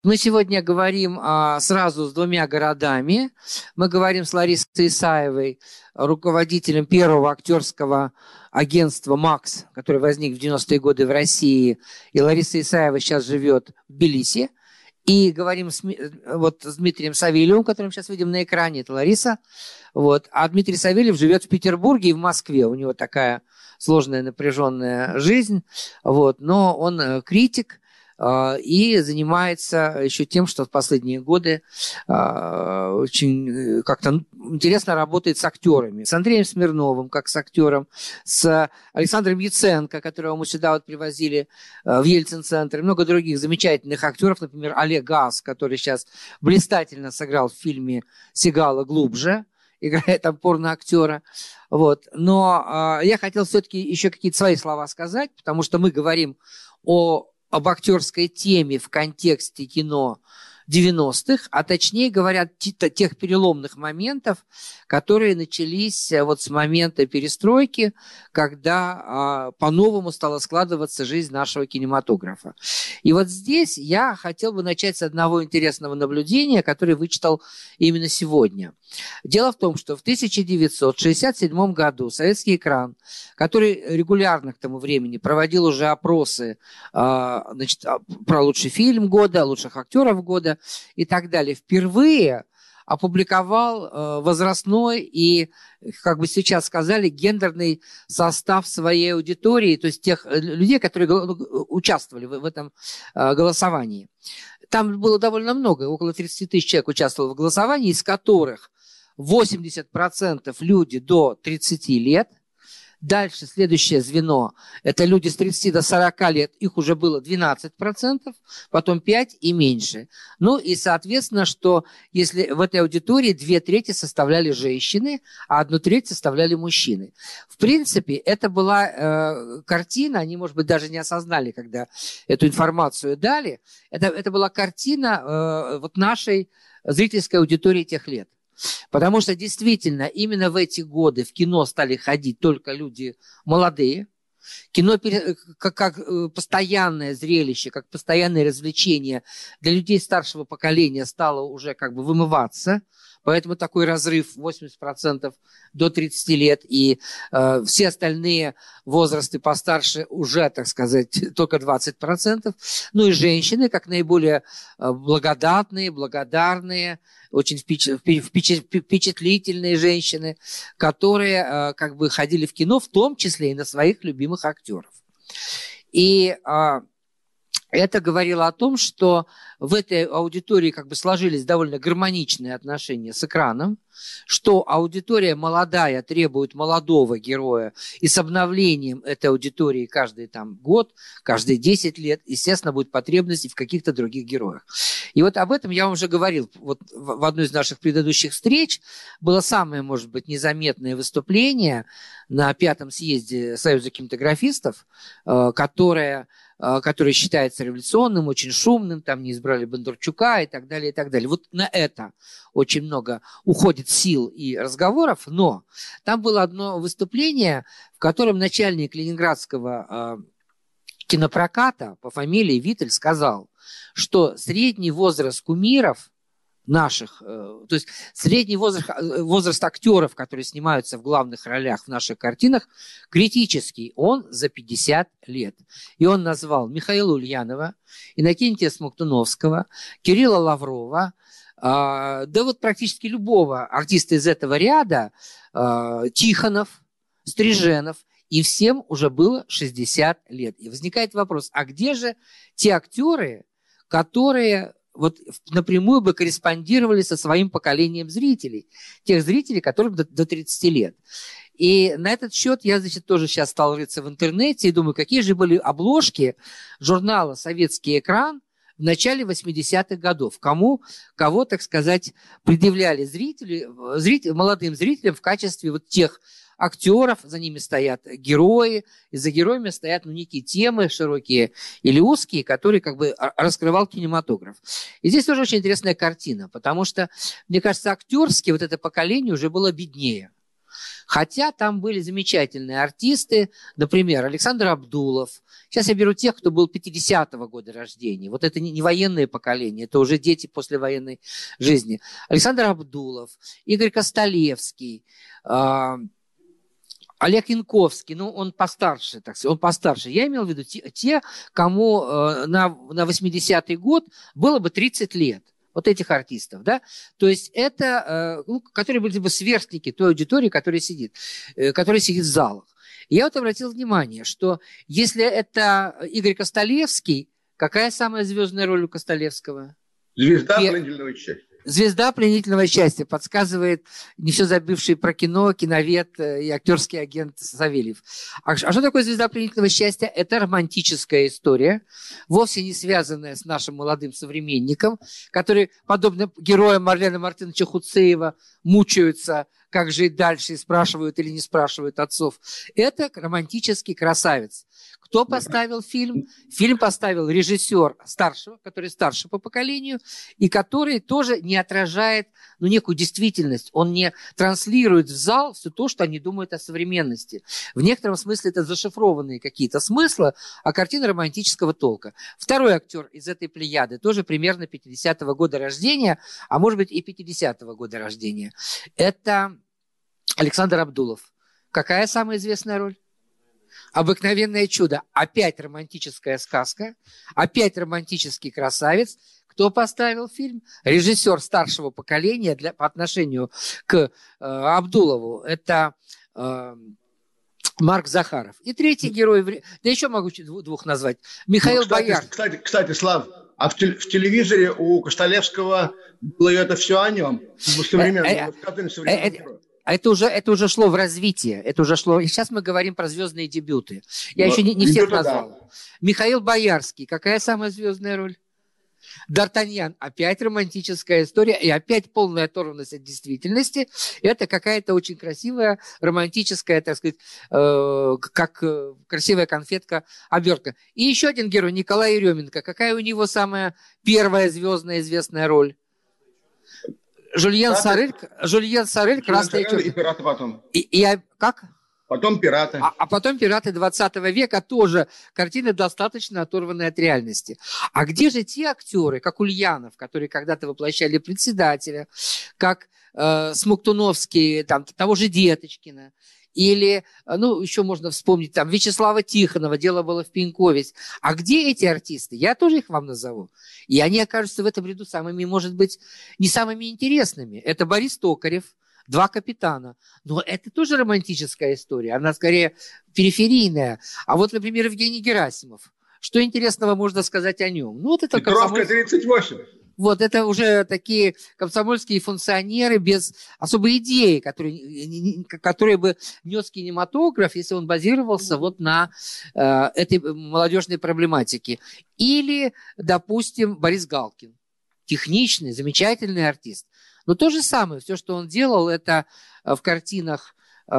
Мы сегодня говорим сразу с двумя городами. Мы говорим с Ларисой Исаевой, руководителем первого актерского агентства «МАКС», которое возник в 90-е годы в России. И Лариса Исаева сейчас живет в Тбилиси. И говорим с Дмитрием Савельевым, которого мы сейчас видим на экране. Это Лариса. А Дмитрий Савельев живет в Петербурге и в Москве. У него такая сложная, напряженная жизнь. Но он критик. И занимается еще тем, что в последние годы очень как-то интересно работает с актерами. С Андреем Смирновым, как с актером, с Александром Яценко, которого мы сюда привозили в Ельцин-центр, и много других замечательных актеров, например, Олег Газ, который сейчас блистательно сыграл в фильме Сигала «Глубже», играет там порно-актера. Но я хотел все-таки еще какие-то свои слова сказать, потому что мы говорим об актерской теме в контексте кино 90-х, а точнее говоря, тех переломных моментов, которые начались с момента перестройки, когда по-новому стала складываться жизнь нашего кинематографа. И здесь я хотел бы начать с одного интересного наблюдения, которое вычитал именно сегодня. Дело в том, что в 1967 году советский экран, который регулярно к тому времени проводил уже опросы про лучший фильм года, лучших актеров года и так далее, впервые опубликовал возрастной и, как бы сейчас сказали, гендерный состав своей аудитории, то есть тех людей, которые участвовали в этом голосовании. Там было довольно много, около 30 тысяч человек участвовало в голосовании, из которых 80% люди до 30 лет. Дальше следующее звено – это люди с 30 до 40 лет, их уже было 12%, потом 5% и меньше. И соответственно, что если в этой аудитории 2/3 составляли женщины, а 1/3 составляли мужчины. В принципе, это была картина, они, может быть, даже не осознали, когда эту информацию дали, это была картина нашей зрительской аудитории тех лет. Потому что действительно именно в эти годы в кино стали ходить только люди молодые. Кино как постоянное зрелище, как постоянное развлечение для людей старшего поколения стало уже как бы вымываться. Поэтому такой разрыв 80% до 30 лет, и все остальные возрасты постарше уже, так сказать, только 20%. И женщины, как наиболее благодатные, благодарные, очень впечатлительные женщины, которые как бы ходили в кино, в том числе и на своих любимых актеров. И это говорило о том, что в этой аудитории как бы сложились довольно гармоничные отношения с экраном, что аудитория молодая требует молодого героя, и с обновлением этой аудитории каждый год, каждые 10 лет, естественно, будет потребность и в каких-то других героях. И об этом я вам уже говорил в одной из наших предыдущих встреч. Было самое, может быть, незаметное выступление на 5-м съезде Союза кинематографистов, который считается революционным, очень шумным, там не избрали Бондарчука и так далее, и так далее. На это очень много уходит сил и разговоров, но там было одно выступление, в котором начальник ленинградского кинопроката по фамилии Виттель сказал, что средний возраст кумиров наших, то есть средний возраст актеров, которые снимаются в главных ролях в наших картинах, критический, он за 50 лет. И он назвал Михаила Ульянова, Иннокентия Смоктуновского, Кирилла Лаврова, практически любого артиста из этого ряда, Тихонов, Стриженов, и всем уже было 60 лет. И возникает вопрос, а где же те актеры, которые напрямую бы корреспондировали со своим поколением зрителей, тех зрителей, которым до 30 лет. И на этот счет я, тоже сейчас стал рыться в интернете и думаю, какие же были обложки журнала «Советский экран» в начале 80-х годов. Кого, так сказать, предъявляли молодым зрителям в качестве тех актеров, за ними стоят герои, и за героями стоят некие темы, широкие или узкие, которые как бы раскрывал кинематограф. И здесь тоже очень интересная картина, потому что, мне кажется, актерски это поколение уже было беднее. Хотя там были замечательные артисты, например, Александр Абдулов. Сейчас я беру тех, кто был 50-го года рождения. Вот это не военное поколение, это уже дети послевоенной жизни. Александр Абдулов, Игорь Костолевский, Олег Янковский, ну, он постарше, так сказать, он постарше. Я имел в виду те кому на 80-й год было бы 30 лет. Вот этих артистов, да? То есть это, которые были бы сверстники той аудитории, которая сидит в залах. Я вот обратил внимание, что если это Игорь Костолевский, какая самая звездная роль у Костолевского? Звезда пленительного счастья. Звезда пленительного счастья, подсказывает не все забывший про кино киновед и актерский агент Савельев. А что такое звезда пленительного счастья? Это романтическая история, вовсе не связанная с нашим молодым современником, который, подобно героям Марлена Мартыновича Хуцеева, мучаются, как жить дальше, и спрашивают или не спрашивают отцов. Это романтический красавец. Кто поставил фильм? Фильм поставил режиссер старшего, который старше по поколению, и который тоже не отражает некую действительность. Он не транслирует в зал все то, что они думают о современности. В некотором смысле это зашифрованные какие-то смыслы, а картина романтического толка. Второй актер из этой плеяды, тоже примерно 50-го года рождения, а может быть и 50-го года рождения. Это Александр Абдулов. Какая самая известная роль? «Обыкновенное чудо». Опять романтическая сказка, опять романтический красавец. Кто поставил фильм? Режиссер старшего поколения по отношению к Абдулову. Это Марк Захаров. И третий герой, да еще могу двух назвать, Михаил Боярский. Кстати, Слав, а в телевизоре у Костолевского было это все о нем. Это уже шло в развитие. Это уже шло. И сейчас мы говорим про звездные дебюты. Я еще не всех назвал. Да. Михаил Боярский. Какая самая звездная роль? Д'Артаньян. Опять романтическая история и опять полная оторванность от действительности. Это какая-то очень красивая, романтическая, так сказать, как красивая конфетка, обертка. И еще один герой, Николай Еременко. Какая у него самая первая звездная известная роль? Жюльен Сорель, «Красное и черное». И «Пираты» потом. Как? Потом «Пираты». А потом «Пираты 20 века» тоже картина достаточно оторванная от реальности. А где же те актеры, как Ульянов, которые когда-то воплощали председателя, как Смоктуновский, того же Деточкина, или, еще можно вспомнить, Вячеслава Тихонова, «Дело было в Пенькове». А где эти артисты? Я тоже их вам назову. И они окажутся в этом ряду самыми, может быть, не самыми интересными. Это Борис Токарев, «Два капитана». Но это тоже романтическая история. Она скорее периферийная. А вот, например, Евгений Герасимов. Что интересного можно сказать о нем? Это «Петровка 38». Вот это уже такие комсомольские функционеры без особой идеи, которые бы нес кинематограф, если он базировался на этой молодежной проблематике. Или, допустим, Борис Галкин. Техничный, замечательный артист. Но то же самое, все, что он делал, это в картинах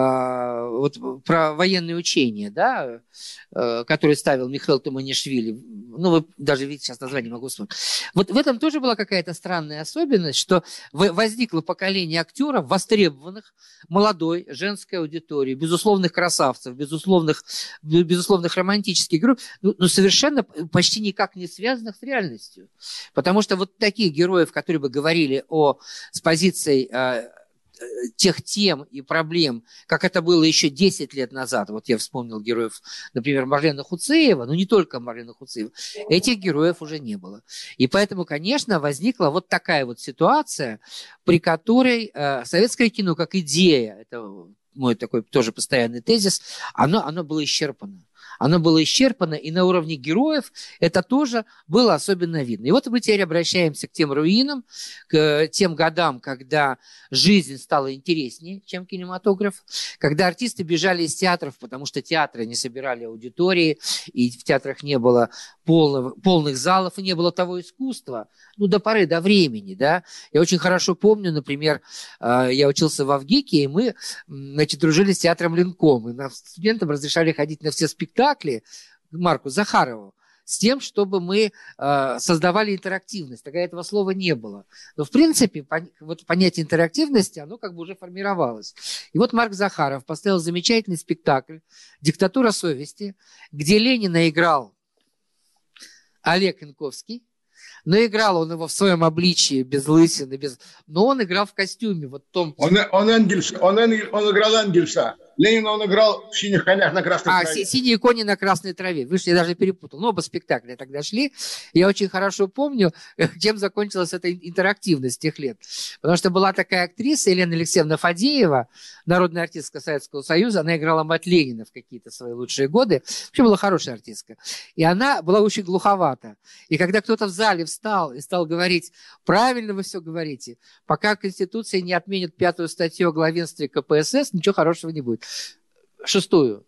про военные учения, да, которые ставил Михаил Туманишвили. Вы даже видите, сейчас название могу вспомнить. Вот в этом тоже была какая-то странная особенность, что возникло поколение актеров, востребованных молодой женской аудитории, безусловных красавцев, безусловных романтических героев, совершенно почти никак не связанных с реальностью. Потому что вот таких героев, которые бы говорили с позицией тех тем и проблем, как это было еще 10 лет назад. Вот я вспомнил героев, например, Марлена Хуцеева, но не только Марлена Хуцеева. Этих героев уже не было. И поэтому, конечно, возникла вот такая вот ситуация, при которой советское кино как идея, это мой такой тоже постоянный тезис, оно было исчерпано. Оно было исчерпано, и на уровне героев это тоже было особенно видно. И вот мы теперь обращаемся к тем руинам, к тем годам, когда жизнь стала интереснее, чем кинематограф, когда артисты бежали из театров, потому что театры не собирали аудитории, и в театрах не было полных залов, и не было того искусства, до поры до времени. Да? Я очень хорошо помню, например, я учился в Авгике, и мы дружили с театром Ленком, и нам, студентам, разрешали ходить на все спектакли, Марку Захарову, с тем, чтобы мы создавали интерактивность. Тогда этого слова не было. Но, в принципе, вот понятие интерактивности, оно как бы уже формировалось. И вот Марк Захаров поставил замечательный спектакль «Диктатура совести», где Ленина играл Олег Янковский. Но играл он его в своем обличии, без лысины, но он играл в костюме. Вот том... он играл Энгельса. Ленина он играл в «Синих конях на красной траве». «Синие кони на красной траве». Видишь, я даже перепутал. Но оба спектакля тогда шли. Я очень хорошо помню, чем закончилась эта интерактивность тех лет. Потому что была такая актриса Елена Алексеевна Фадеева, народная артистка Советского Союза. Она играла мать Ленина в какие-то свои лучшие годы. Вообще была хорошая артистка. И она была очень глуховата. И когда кто-то в зале встал и стал говорить: правильно вы все говорите, пока Конституция не отменит 5-ю статью о главенстве КПСС, ничего хорошего не будет. Шестую,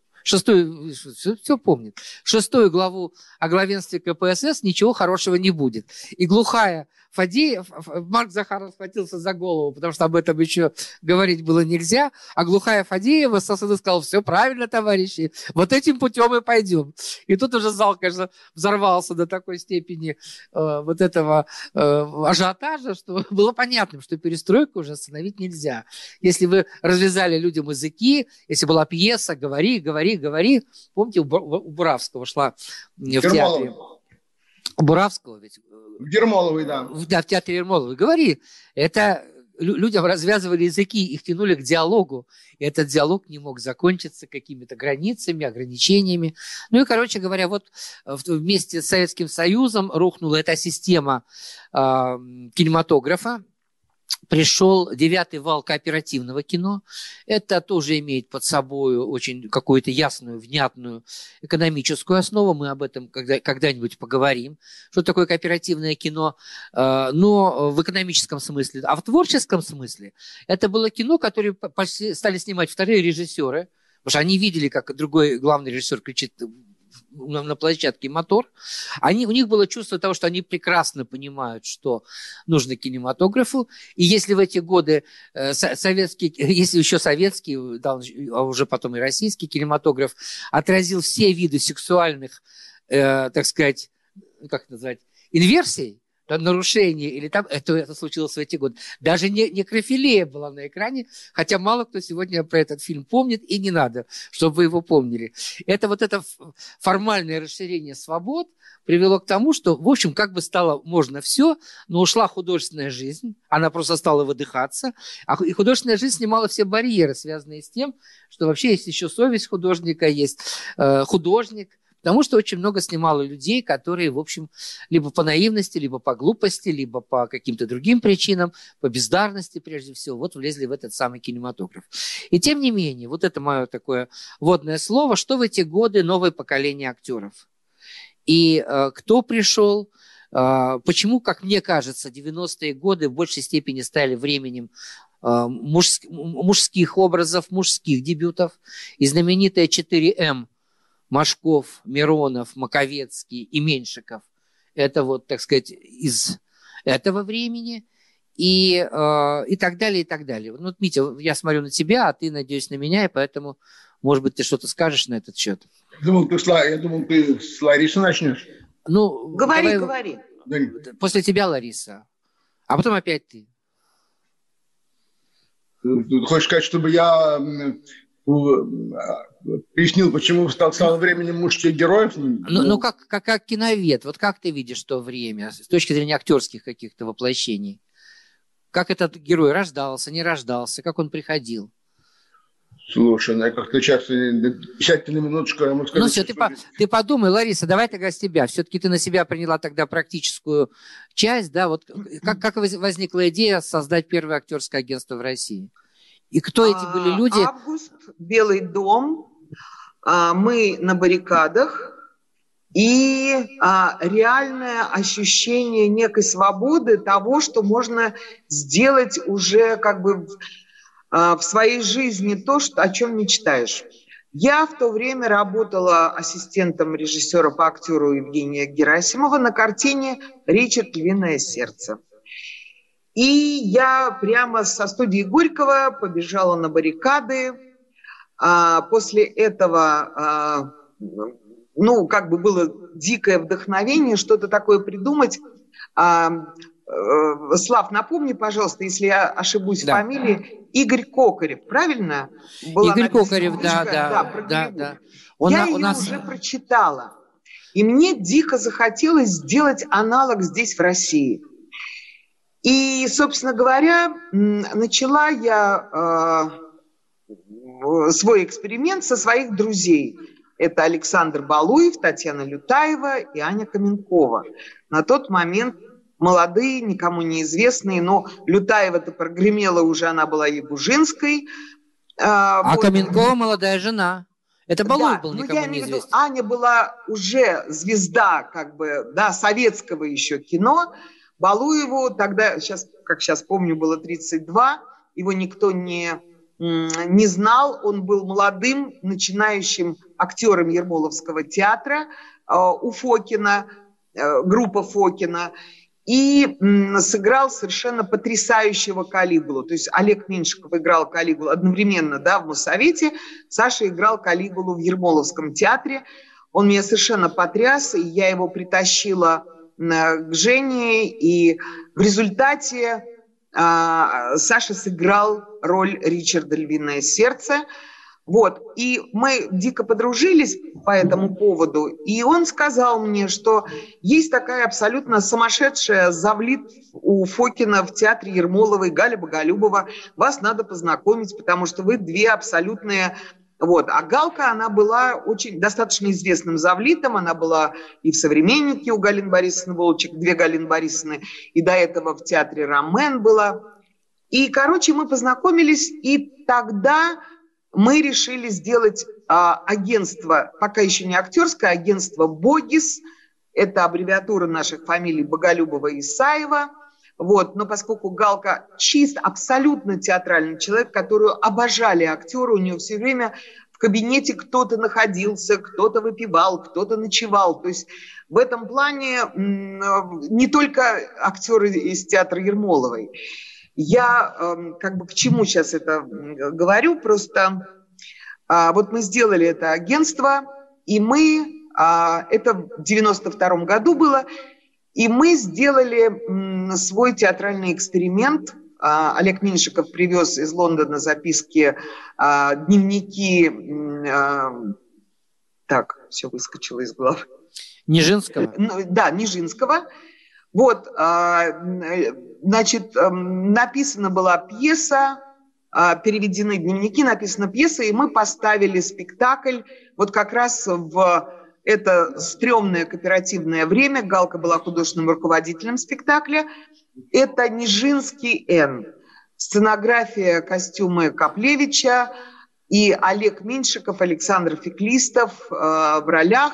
все помнит. 6-ю главу о главенстве КПСС ничего хорошего не будет. И глухая Фадеев, Марк Захаров схватился за голову, потому что об этом еще говорить было нельзя, а глухая Фадеева со сцены сказала: все правильно, товарищи, вот этим путем и пойдем. И тут уже зал, конечно, взорвался до такой степени вот этого ажиотажа, что было понятно, что перестройку уже остановить нельзя. Если вы развязали людям языки, если была пьеса «Говори, говори, говори», помните, у Буравского шла в театре. Буравского ведь. В Ермоловой, да. Да, в театре Ермоловой. Говори. Это людям развязывали языки, их тянули к диалогу. И этот диалог не мог закончиться какими-то границами, ограничениями. Ну и, короче говоря, вот вместе с Советским Союзом рухнула эта система кинематографа. Пришел 9-й вал кооперативного кино. Это тоже имеет под собой очень какую-то ясную, внятную экономическую основу. Мы об этом когда-нибудь поговорим. Что такое кооперативное кино? Но в экономическом смысле. А в творческом смысле это было кино, которое стали снимать вторые режиссеры. Потому что они видели, как другой главный режиссер кричит на площадке мотор. У них было чувство того, что они прекрасно понимают, что нужно кинематографу. И если в эти годы если еще советский, а уже потом и российский кинематограф отразил все виды сексуальных, так сказать, как назвать, инверсий, нарушений, или там, это случилось в эти годы. Даже некрофилия была на экране, хотя мало кто сегодня про этот фильм помнит, и не надо, чтобы вы его помнили. Это формальное расширение свобод привело к тому, что, в общем, как бы стало можно все, но ушла художественная жизнь, она просто стала выдыхаться, и художественная жизнь снимала все барьеры, связанные с тем, что вообще есть еще совесть художника, есть художник. Потому что очень много снимало людей, которые, в общем, либо по наивности, либо по глупости, либо по каким-то другим причинам, по бездарности прежде всего, вот влезли в этот самый кинематограф. И тем не менее, вот это мое такое вводное слово, что в эти годы новое поколение актеров. И кто пришел, почему, как мне кажется, 90-е годы в большей степени стали временем мужских образов, мужских дебютов. И знаменитая 4М Машков, Миронов, Маковецкий и Меньшиков. Это вот, так сказать, из этого времени. И так далее, и так далее. Ну, Митя, я смотрю на тебя, а ты, надеюсь, на меня, и поэтому, может быть, ты что-то скажешь на этот счет. Я думал, ты с Ларисой начнешь. Ну, говори. После тебя, Лариса. А потом опять ты. Ты хочешь сказать, чтобы я пояснил, почему стало временем мужских героев? Ну как киновед, вот как ты видишь то время с точки зрения актерских каких-то воплощений? Как этот герой рождался, не рождался, как он приходил? Слушай, я как-то часто, сядьте на минуточку, я могу сказать... Ну все, ты подумай, Лариса, давай тогда с тебя. Все-таки ты на себя приняла тогда практическую часть, да? Вот как возникла идея создать первое актерское агентство в России? И кто эти были люди? Август, Белый дом, мы на баррикадах, и реальное ощущение некой свободы того, что можно сделать уже как бы в своей жизни то, о чем мечтаешь. Я в то время работала ассистентом режиссера по актеру Евгения Герасимова на картине «Ричард. Львиное сердце». И я прямо со студии Горького побежала на баррикады. После этого ну, как бы было дикое вдохновение что-то такое придумать. Слав, напомни, пожалуйста, если я ошибусь в фамилии, Игорь Кокарев, правильно? Игорь Кокарев, да. Я ее уже прочитала. И мне дико захотелось сделать аналог здесь, в России. И, собственно говоря, начала я свой эксперимент со своих друзей. Это Александр Балуев, Татьяна Лютаева и Аня Каменкова. На тот момент молодые, никому неизвестные, но Лютаева-то прогремела уже, она была ягужинской. Вот. Каменкова молодая жена. Это Балуев был никому неизвестен. Аня была уже звезда, как бы, да, советского еще кино. Балуеву тогда, как сейчас помню, было 32, его никто не знал, он был молодым, начинающим актером Ермоловского театра у Фокина, группа Фокина, и сыграл совершенно потрясающего Калигулу. То есть Олег Меньшиков играл Калигулу одновременно, да, в Моссовете, Саша играл Калигулу в Ермоловском театре. Он меня совершенно потряс, и я его притащила к Жене, и в результате Саша сыграл роль Ричарда «Львиное сердце». Вот. И мы дико подружились по этому поводу. И он сказал мне, что есть такая абсолютно сумасшедшая завлит у Фокина в театре Ермоловой, Галя Боголюбова. Вас надо познакомить, потому что вы две абсолютные... Вот. А Галка, она была очень достаточно известным завлитом. Она была и в «Современнике» у Галины Борисовны Волчек, две Галины Борисовны, и до этого в театре «Ромен» была. И, короче, мы познакомились, и тогда... мы решили сделать агентство, пока еще не актерское, агентство «Богис». Это аббревиатура наших фамилий Боголюбова и Исаева. Вот. Но поскольку Галка чист, абсолютно театральный человек, которую обожали актеры, у нее все время в кабинете кто-то находился, кто-то выпивал, кто-то ночевал. То есть в этом плане не только актеры из театра Ермоловой. Я как бы к чему сейчас это говорю, просто вот мы сделали это агентство, и мы, это в 92-м году было, и мы сделали свой театральный эксперимент. Олег Меньшиков привез из Лондона записки, дневники, так, все выскочило из головы. Нижинского? Да, Нижинского. Вот, значит, написана была пьеса, переведены дневники, написана пьеса, и мы поставили спектакль вот как раз в это стрёмное кооперативное время. Галка была художественным руководителем спектакля. Это Нижинский Н. Сценография, костюмы Каплевича и Олег Меньшиков, Александр Феклистов в ролях.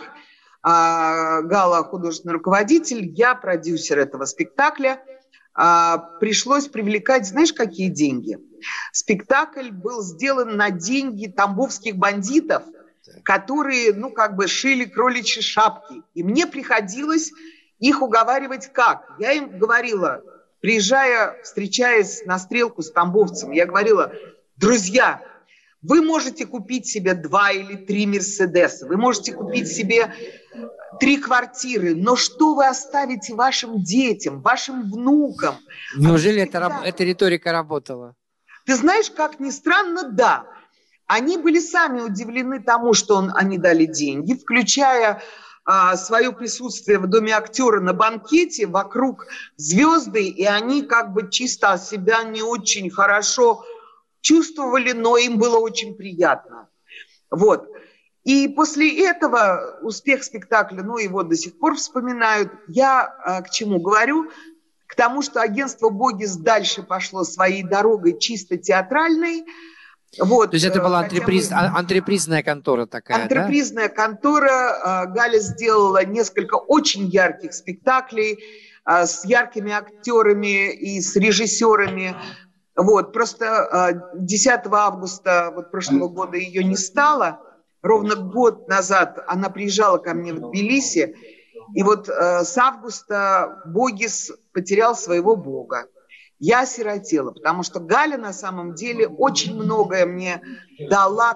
Гала художественный руководитель, я продюсер этого спектакля. Пришлось привлекать, знаешь, какие деньги? Спектакль был сделан на деньги тамбовских бандитов, которые, ну, как бы шили кроличьи шапки. И мне приходилось их уговаривать как? Я им говорила, приезжая, встречаясь на стрелку с тамбовцем, я говорила: друзья, вы можете купить себе 2 или 3 Мерседеса, вы можете купить себе 3 квартиры, но что вы оставите вашим детям, вашим внукам? Неужели эта риторика работала? Ты знаешь, как ни странно, да. Они были сами удивлены тому, что они дали деньги, включая свое присутствие в Доме актера на банкете, вокруг звезды, и они как бы чисто себя не очень хорошо чувствовали, но им было очень приятно. Вот. И после этого успех спектакля, ну, его до сих пор вспоминают. Я к чему говорю? К тому, что агентство «Богис» дальше пошло своей дорогой чисто театральной. Вот. То есть это была антрепризная контора такая, антрепризная контора. Галя сделала несколько очень ярких спектаклей с яркими актерами и с режиссерами. Вот. Просто 10 августа вот прошлого года ее не стало. Ровно год назад она приезжала ко мне в Тбилиси, и вот с августа «Богис» потерял своего бога. Я осиротела, потому что Галя на самом деле очень многое мне дала как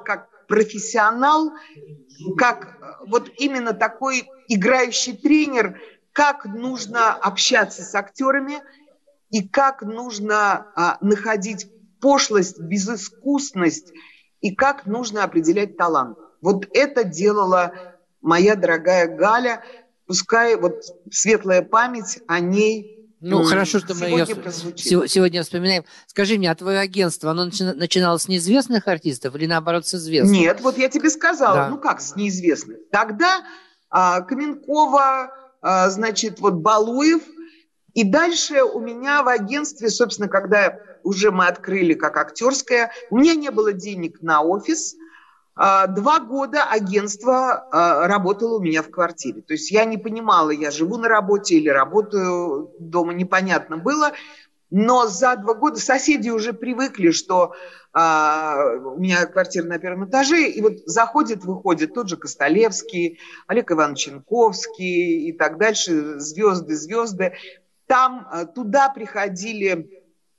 профессионал, как вот именно такой играющий тренер, как нужно общаться с актерами и как нужно находить пошлость, безыскусность и как нужно определять талант. Вот это делала моя дорогая Галя, пускай вот светлая память о ней. Ну, хорошо, что мы ее сегодня вспоминаем. Скажи мне, а твое агентство, оно начиналось с неизвестных артистов или, наоборот, с известных? Нет, вот я тебе сказала, да. Ну как с неизвестных? Тогда Каменкова, значит, вот Балуев. И дальше у меня в агентстве, собственно, когда уже мы открыли как актерское, у меня не было денег на офис. 2 года агентство работало у меня в квартире. То есть я не понимала, я живу на работе или работаю дома, непонятно было. Но за 2 года соседи уже привыкли, что у меня квартира на 1 этаже, и вот заходит, выходит тот же Костолевский, Олег Иванович Янковский и так дальше, звезды. Там туда приходили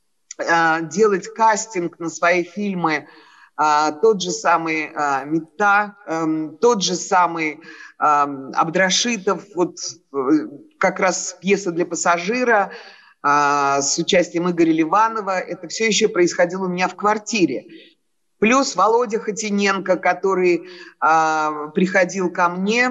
делать кастинг на свои фильмы тот же самый Митта, тот же самый Абдрашитов, вот как раз пьеса для пассажира с участием Игоря Ливанова. Это все еще происходило у меня в квартире. Плюс Володя Хотиненко, который приходил ко мне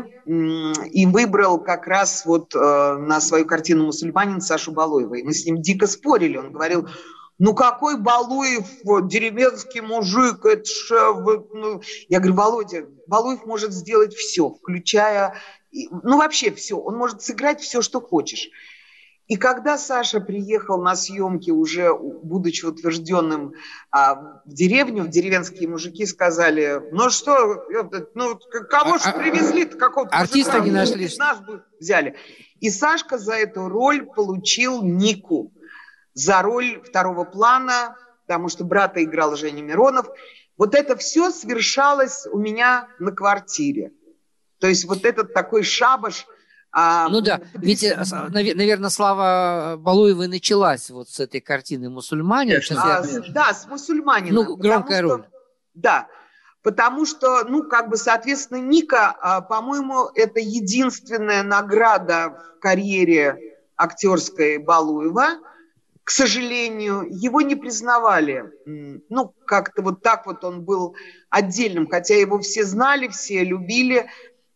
и выбрал как раз вот на свою картину «Мусульманин» Сашу Балуева. И мы с ним дико спорили. Он говорил: ну какой Балуев, вот, деревенский мужик, это же... Ну... Я говорю: Володя, Балуев может сделать все, включая... Ну вообще все, он может сыграть все, что хочешь. И когда Саша приехал на съемки, уже будучи утвержденным в деревню, деревенские мужики сказали: ну что, ну кого же привезли-то, какого-то артиста мужика, не нашли. Нас бы взяли. И Сашка за эту роль получил Нику. За роль 2-го плана, потому что брата играл Женя Миронов. Вот это все свершалось у меня на квартире. То есть вот этот такой шабаш. Ну да, ведь, наверное, слава Балуевой началась вот с этой картины «Мусульманин». Да, с «Мусульманином». Ну, громкая роль. Да, потому что, ну, как бы, соответственно, Ника, по-моему, это единственная награда в карьере актерской Балуева. К сожалению, его не признавали. Ну, как-то вот так вот он был отдельным, хотя его все знали, все любили.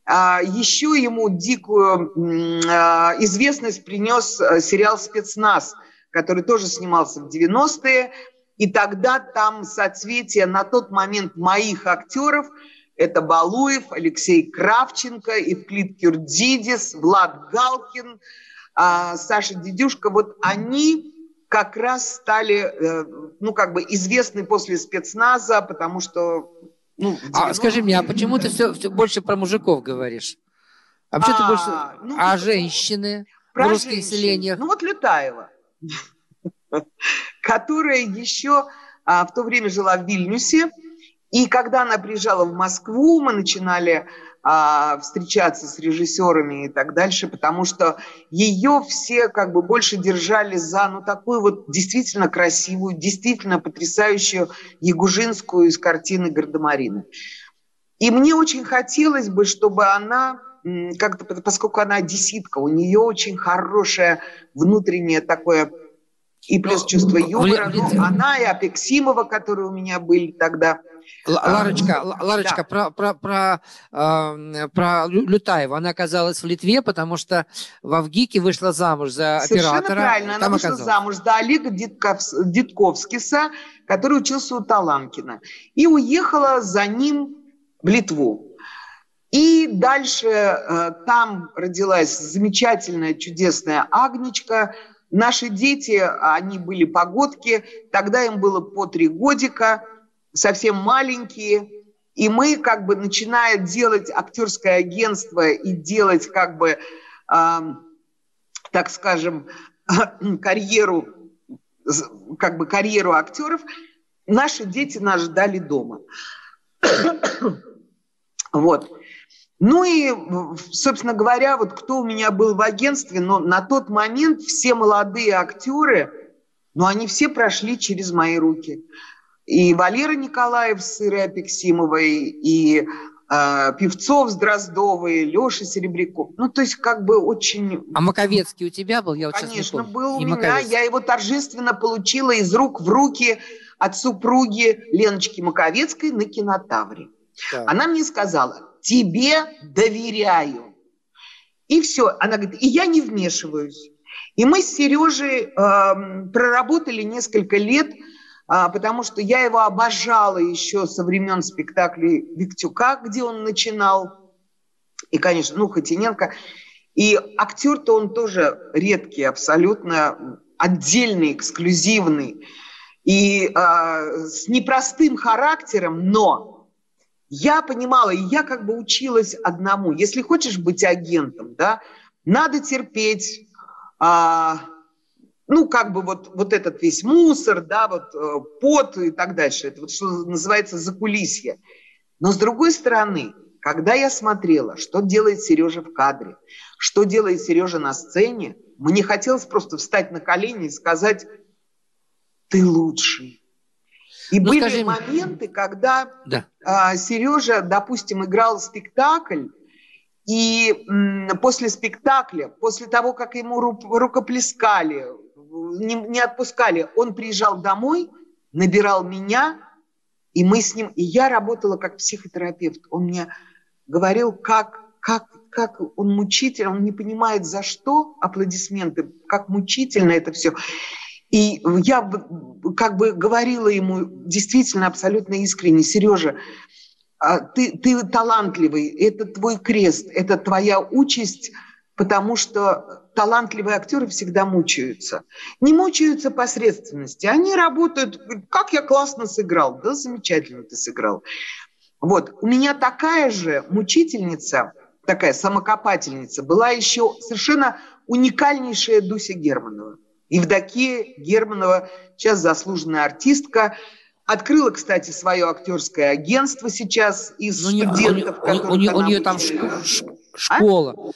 Еще ему дикую известность принес сериал «Спецназ», который тоже снимался в 90-е. И тогда там соцветие на тот момент моих актеров – это Балуев, Алексей Кравченко, Евклид Кюрдидис, Влад Галкин, Саша Дедюшка. Вот они как раз стали, ну, как бы известны после «Спецназа», потому что... Ну, скажи мне, а почему ты все больше про мужиков говоришь? А почему ты больше... женщины в русских селениях? Ну, вот Лютаева, которая еще в то время жила в Вильнюсе. И когда она приезжала в Москву, мы начинали встречаться с режиссерами и так дальше, потому что ее все как бы больше держали за, ну, такую вот действительно красивую, действительно потрясающую Ягужинскую из картины «Гардемарины». И мне очень хотелось бы, чтобы она, как-то, поскольку она одесситка, у нее очень хорошее внутреннее такое, и плюс чувство юмора, она и Апексимова, которые у меня были тогда. Ларочка, да. про Лютаеву. Она оказалась в Литве, потому что в Авгике вышла замуж за Совершенно оператора. Совершенно правильно. Она вышла замуж за Олега Дитковскиса, который учился у Таланкина. И уехала за ним в Литву. И дальше там родилась замечательная, чудесная Агнечка. Наши дети, они были погодки. Тогда им было по 3 годика. Совсем маленькие, и мы, как бы, начиная делать актерское агентство и делать, как бы, так скажем, карьеру актеров, наши дети нас ждали дома. Вот. Ну и, собственно говоря, вот кто у меня был в агентстве, но на тот момент все молодые актеры, ну, они все прошли через мои руки. и Валера Николаев с Ирой Апексимовой, и Певцов с Дроздовой, Леша Серебряков. Ну, то есть как бы очень... А Маковецкий у тебя был? Я вот Конечно, сейчас был у и меня. Маковецкий. Я его торжественно получила из рук в руки от супруги Леночки Маковецкой на Кинотавре. Так. Она мне сказала: тебе доверяю. И все. Она говорит, и я не вмешиваюсь. И мы с Сережей проработали несколько лет, потому что я его обожала еще со времен спектаклей Виктюка, где он начинал. И, конечно, Хотиненко. И актер-то он тоже редкий, абсолютно отдельный, эксклюзивный. И с непростым характером, но... Я понимала, и я как бы училась одному. Если хочешь быть агентом, да, надо терпеть, вот этот весь мусор, да, пот и так дальше. Это вот что называется закулисье. Но с другой стороны, когда я смотрела, что делает Сережа в кадре, что делает Сережа на сцене, мне хотелось просто встать на колени и сказать: ты лучший. И были моменты, когда Сережа, допустим, играл спектакль, и после спектакля, после того, как ему рукоплескали, не отпускали, он приезжал домой, набирал меня, и мы с ним... И я работала как психотерапевт. Он мне говорил, как он мучительно, он не понимает, за что аплодисменты, как мучительно это все. И я как бы говорила ему действительно абсолютно искренне: Сережа, ты талантливый, это твой крест, это твоя участь, потому что талантливые актеры всегда мучаются. Не мучаются посредственности, они работают, как я классно сыграл, да, замечательно ты сыграл. Вот, у меня такая же мучительница, такая самокопательница была еще совершенно уникальнейшая Дуся Германова. Евдокия Германова, сейчас заслуженная артистка, открыла, кстати, свое актерское агентство сейчас из студентов, которых у нее там школа.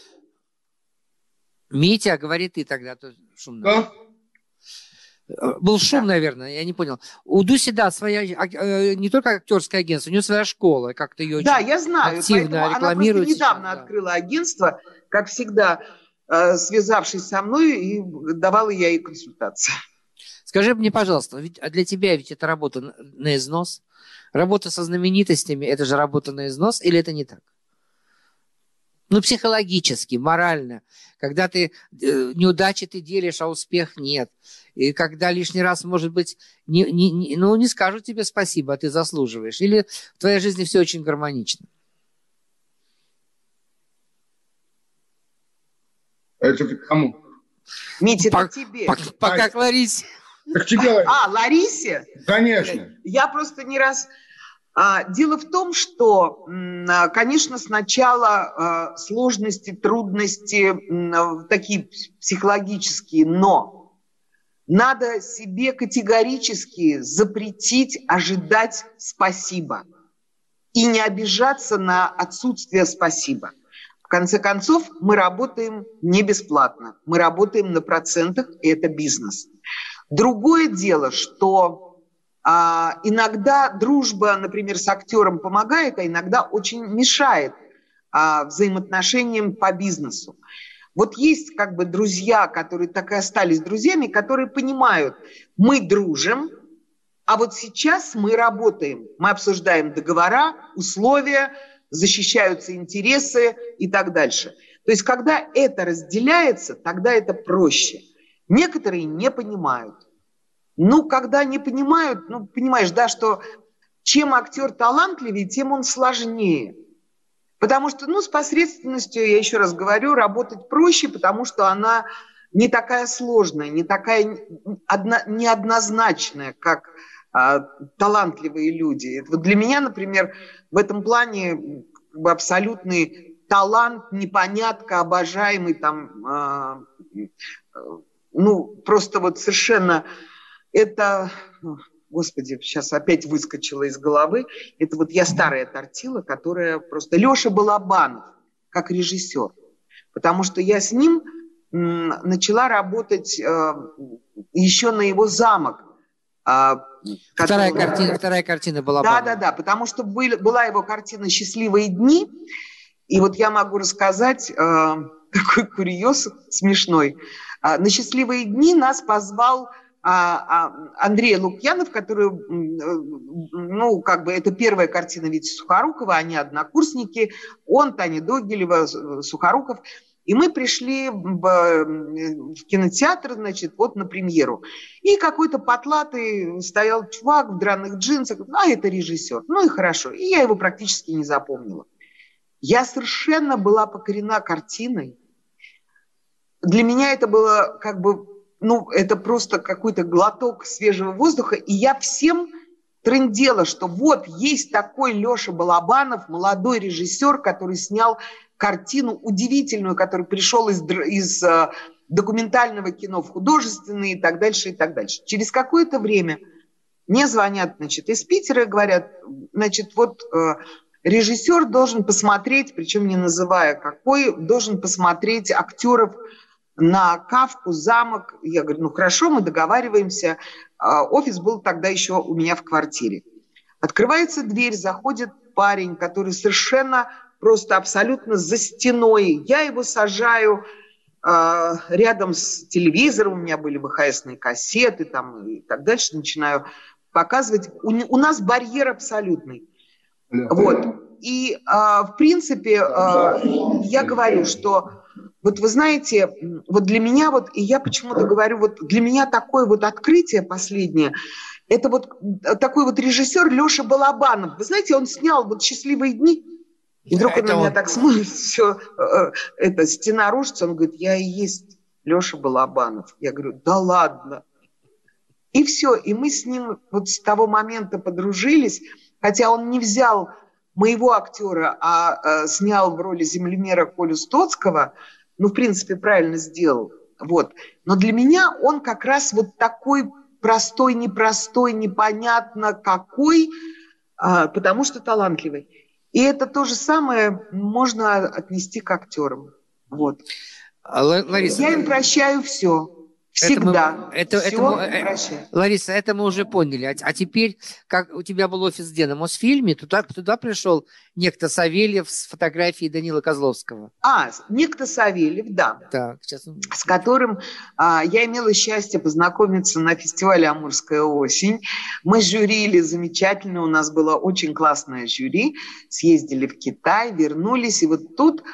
Митя, говори ты тогда, то шумно. Был шум, наверное, я не понял. У Дуси, да, своя, не только актерское агентство, у нее своя школа, как-то ее да, я знаю, активно рекламирует. Она просто недавно открыла агентство, как всегда, связавшись со мной, и давала я ей консультации. Скажи мне, пожалуйста, для тебя ведь это работа на износ? Работа со знаменитостями – это же работа на износ, или это не так? Психологически, морально. Когда ты неудачи ты делишь, а успех нет. И когда лишний раз, может быть, не скажут тебе спасибо, а ты заслуживаешь. Или в твоей жизни все очень гармонично? Это к кому? Митя, это к тебе. Пока к Ларисе. Так тебе. Ларисе? Конечно. Я просто не раз... Дело в том, что, конечно, сначала сложности, трудности такие психологические, но надо себе категорически запретить ожидать спасибо и не обижаться на отсутствие спасибо. В конце концов, мы работаем не бесплатно, мы работаем на процентах, и это бизнес. Другое дело, что иногда дружба, например, с актером помогает, а иногда очень мешает взаимоотношениям по бизнесу. Вот есть как бы друзья, которые так и остались друзьями, которые понимают, мы дружим, а вот сейчас мы работаем, мы обсуждаем договора, условия, защищаются интересы и так дальше. То есть когда это разделяется, тогда это проще. Некоторые не понимают. Когда не понимают, понимаешь, да, что чем актер талантливее, тем он сложнее. Потому что, с посредственностью, я еще раз говорю, работать проще, потому что она не такая сложная, не такая неоднозначная, как талантливые люди. Вот для меня, например, в этом плане абсолютный талант, непонятка, обожаемый там, просто вот совершенно... Это, господи, сейчас опять выскочила из головы. Это вот я старая тортила, которая просто... Леша Балабанов, как режиссер. Потому что я с ним начала работать еще на его замок. Вторая картина была. Да, потому что была его картина «Счастливые дни». И вот я могу рассказать такой курьез смешной. На «Счастливые дни» нас позвал Андрей Лукьянов, который, это первая картина Вити Сухорукова, они однокурсники, он, Таня Догилева, Сухоруков. И мы пришли в кинотеатр, вот на премьеру. И какой-то потлатый стоял чувак в драных джинсах. Это режиссер. И хорошо. И я его практически не запомнила. Я совершенно была покорена картиной. Для меня это было это просто какой-то глоток свежего воздуха. И я всем трындела, что вот есть такой Леша Балабанов, молодой режиссер, который снял картину удивительную, который пришел из документального кино в художественное и так дальше, и так дальше. Через какое-то время мне звонят, из Питера и говорят, режиссер должен посмотреть, причем не называя какой, должен посмотреть актеров на Кафку, замок. Я говорю, хорошо, мы договариваемся. Офис был тогда еще у меня в квартире. Открывается дверь, заходит парень, который совершенно просто абсолютно за стеной. Я его сажаю рядом с телевизором, у меня были ВХСные кассеты и так дальше, начинаю показывать. У нас барьер абсолютный. И, в принципе, я говорю, что вы знаете, для меня, и я почему-то говорю, для меня такое открытие последнее, это такой режиссер Леша Балабанов. Вы знаете, он снял «Счастливые дни», и вдруг он на меня так смотрит, все, стена рушится, он говорит, я и есть Леша Балабанов. Я говорю, да ладно. И все, и мы с ним с того момента подружились, хотя он не взял моего актера, а снял в роли землемера Колю Стоцкого, в принципе, правильно сделал. Но для меня он как раз такой простой, непростой, непонятно какой, потому что талантливый. И это то же самое можно отнести к актерам. Лариса, я им прощаю все. Всегда. Лариса, это мы уже поняли. А теперь, как у тебя был офис где? На Мосфильме? Туда пришел некто Савельев с фотографией Данила Козловского. Некто Савельев, да. Так, сейчас... С которым я имела счастье познакомиться на фестивале «Амурская осень». Мы жюрили замечательно, у нас было очень классное жюри. Съездили в Китай, вернулись, и тут...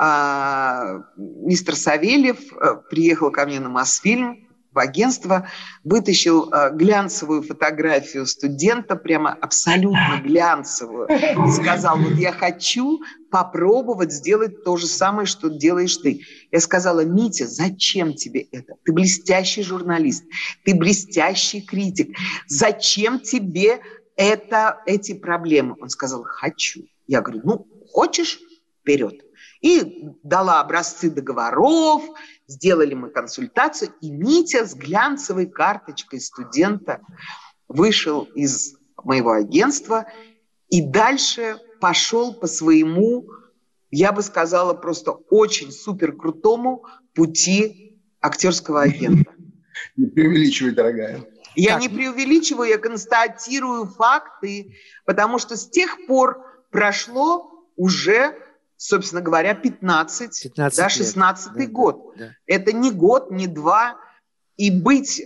мистер Савельев приехал ко мне на Мосфильм, в агентство, вытащил глянцевую фотографию студента, прямо абсолютно глянцевую, и сказал, я хочу попробовать сделать то же самое, что делаешь ты. Я сказала, Митя, зачем тебе это? Ты блестящий журналист, ты блестящий критик. Зачем тебе эти проблемы? Он сказал, хочу. Я говорю, хочешь? Вперед. И дала образцы договоров, сделали мы консультацию, и Митя с глянцевой карточкой студента вышел из моего агентства и дальше пошел по своему, я бы сказала, просто очень супер крутому пути актерского агента. Не преувеличивай, дорогая. Я не преувеличиваю, я констатирую факты, потому что с тех пор прошло уже... собственно говоря, 16-й год. Да. Это не год, не два. И быть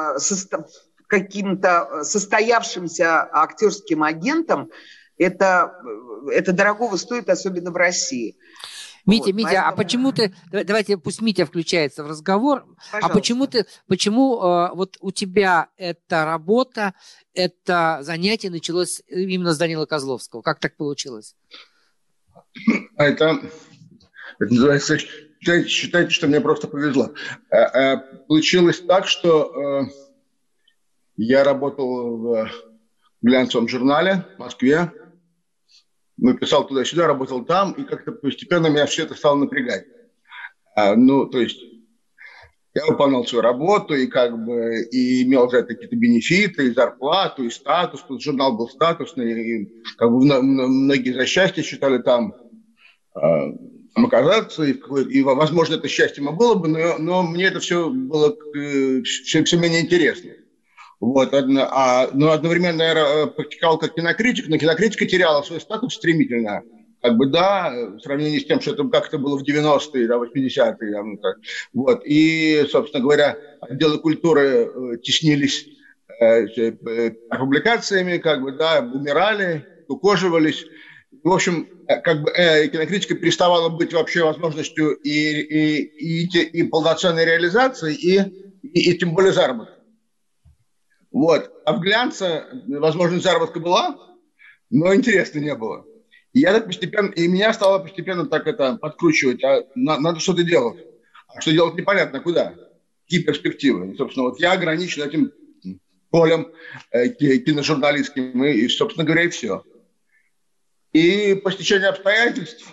каким-то состоявшимся актерским агентом, это дорогого стоит, особенно в России. Митя, поэтому... а почему ты... Давайте, пусть Митя включается в разговор. Пожалуйста. А почему у тебя эта работа, это занятие началось именно с Данила Козловского? Как так получилось? Это называется, считайте, что мне просто повезло. Получилось так, что я работал в глянцевом журнале в Москве, писал туда-сюда, работал там, и как-то постепенно меня все это стало напрягать. То есть я выполнял свою работу и и имел за это какие-то бенефиты, и зарплату, и статус. Журнал был статусный, и многие за счастье считали там оказаться, и, возможно, это счастьем и было бы, но мне это все было все менее интересно. Вот, но одновременно я практиковал как кинокритик, но кинокритика теряла свой статус стремительно. Как бы, да, в сравнении с тем, что это как-то было в 90-е, да, 80-е. Да, ну, так. Вот. И, собственно говоря, отделы культуры теснились публикациями, как бы, да, умирали, укоживались. В общем, как бы кинокритика переставала быть вообще возможностью и полноценной реализации, и тем более заработка. Вот. А в глянце возможность заработка была, но интересно не было. И меня стало постепенно так это подкручивать. Надо что-то делать. А что делать непонятно куда. Какие перспективы. И, собственно, вот я ограничен этим полем киножурналистским. И, собственно говоря, и все. И по стечению обстоятельств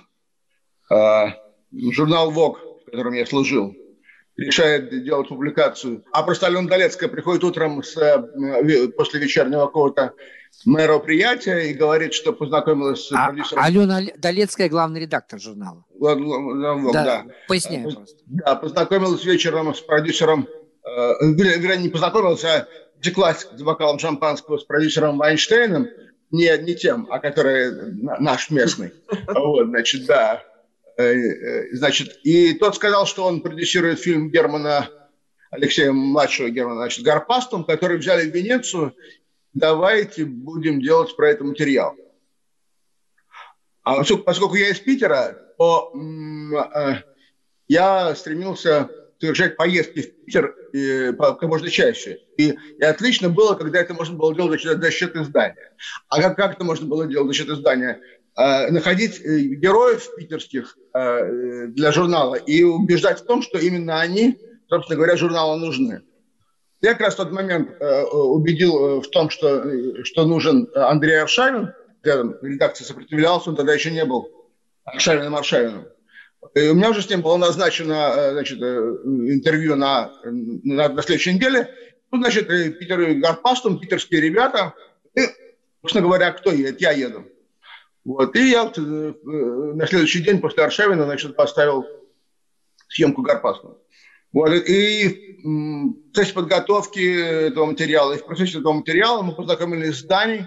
журнал «Вог», в котором я служил, решает делать публикацию. А просто Алена Долецкая приходит утром после вечернего какого-то мероприятия и говорит, что познакомилась с продюсером. Алена Долецкая, главный редактор журнала. Да. Поясняю просто. Да, познакомилась вечером с продюсером, вернее, не познакомилась, а теклась за бокалом шампанского с продюсером Вайнштейном, не тем, а который наш местный. Вот, значит, да. Значит, и тот сказал, что он продюсирует фильм Германа, младшего Германа, значит, «Гарпастум», который взяли в Венецию. Давайте будем делать про это материал. А поскольку я из Питера, то я стремился совершать поездки в Питер как можно чаще. И отлично было, когда это можно было делать за счет издания. А как это можно было делать за счет издания? Находить героев питерских для журнала и убеждать в том, что именно они, собственно говоря, журналу нужны. Я как раз в тот момент убедил в том, что нужен Андрей Аршавин. Редакция сопротивлялась, он тогда еще не был Аршавиным. И у меня уже с ним было назначено, значит, интервью на следующей неделе. Ну, значит, Гарпастум, питерские ребята. И, собственно говоря, кто едет? Я еду. Вот. И я на следующий день после Аршавина, значит, поставил съемку Гарпастума. Вот. И в процессе подготовки этого материала, и в процессе этого материала мы познакомились с Даней.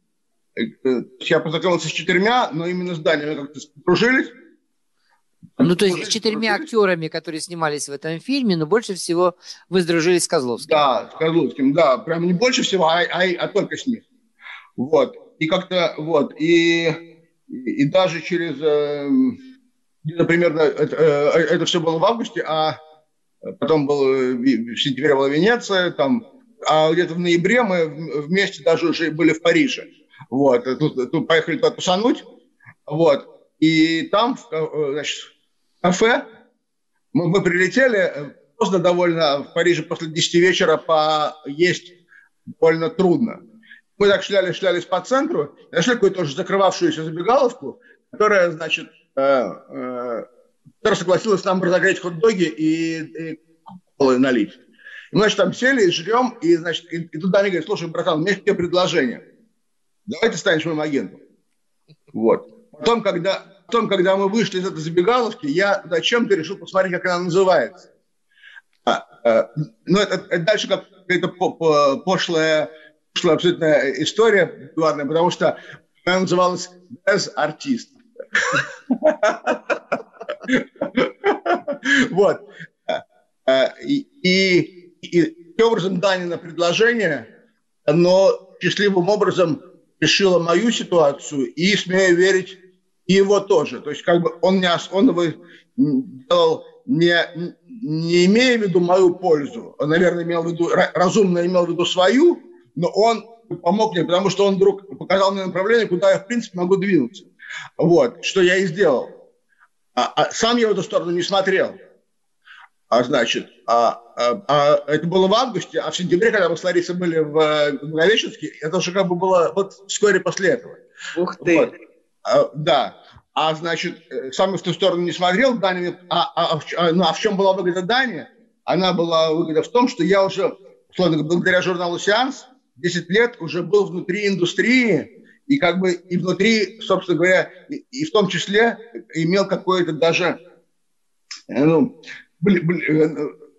Я познакомился с 4, но именно с Даней мы как-то подружились. Ну, то есть с 4 актерами, которые снимались в этом фильме, но больше всего вы сдружились с Козловским. Да, с Козловским, да. Прям не больше всего, а только с ним. Вот. И как-то, вот. И даже через, примерно, это все было в августе, а потом в сентябре была Венеция, там, а где-то в ноябре мы вместе даже уже были в Париже. Вот. Тут поехали туда тусануть. Вот. И там, значит, в кафе мы прилетели, поздно довольно, в Париже после 10 вечера поесть довольно трудно. Мы так шлялись по центру, нашли какую-то уже закрывавшуюся забегаловку, которая, значит, которая согласилась нам разогреть хот-доги и колы налить. И мы, значит, там сели и жрем, и, значит, и тут Даня говорит: слушай, братан, у меня к тебе предложение. Давай ты станешь моим агентом. Вот. Потом, когда мы вышли из этой забегаловки, я зачем-то решил посмотреть, как она называется. Ну, это дальше какая-то пошлая абсолютно история, ладно, потому что она называлась «Без артист». Вот. И таким образом Данина предложение, оно счастливым образом решило мою ситуацию и, смею верить, и его тоже. То есть как бы он его делал, не имея в виду мою пользу, он, наверное, разумно имел в виду свою, но он помог мне, потому что он вдруг показал мне направление, куда я, в принципе, могу двинуться. Вот, что я и сделал. Сам я в эту сторону не смотрел. Значит, это было в августе, а в сентябре, когда мы с Ларисой были в Благовещенске, это уже как бы было вот вскоре после этого. Ух ты! Вот. Да. Значит, сам я в ту сторону не смотрел. Даня, в чем была выгода Дани? Она была выгода в том, что я уже, благодаря журналу «Сеанс», 10 лет уже был внутри индустрии, и как бы и внутри, собственно говоря, и в том числе имел какое-то даже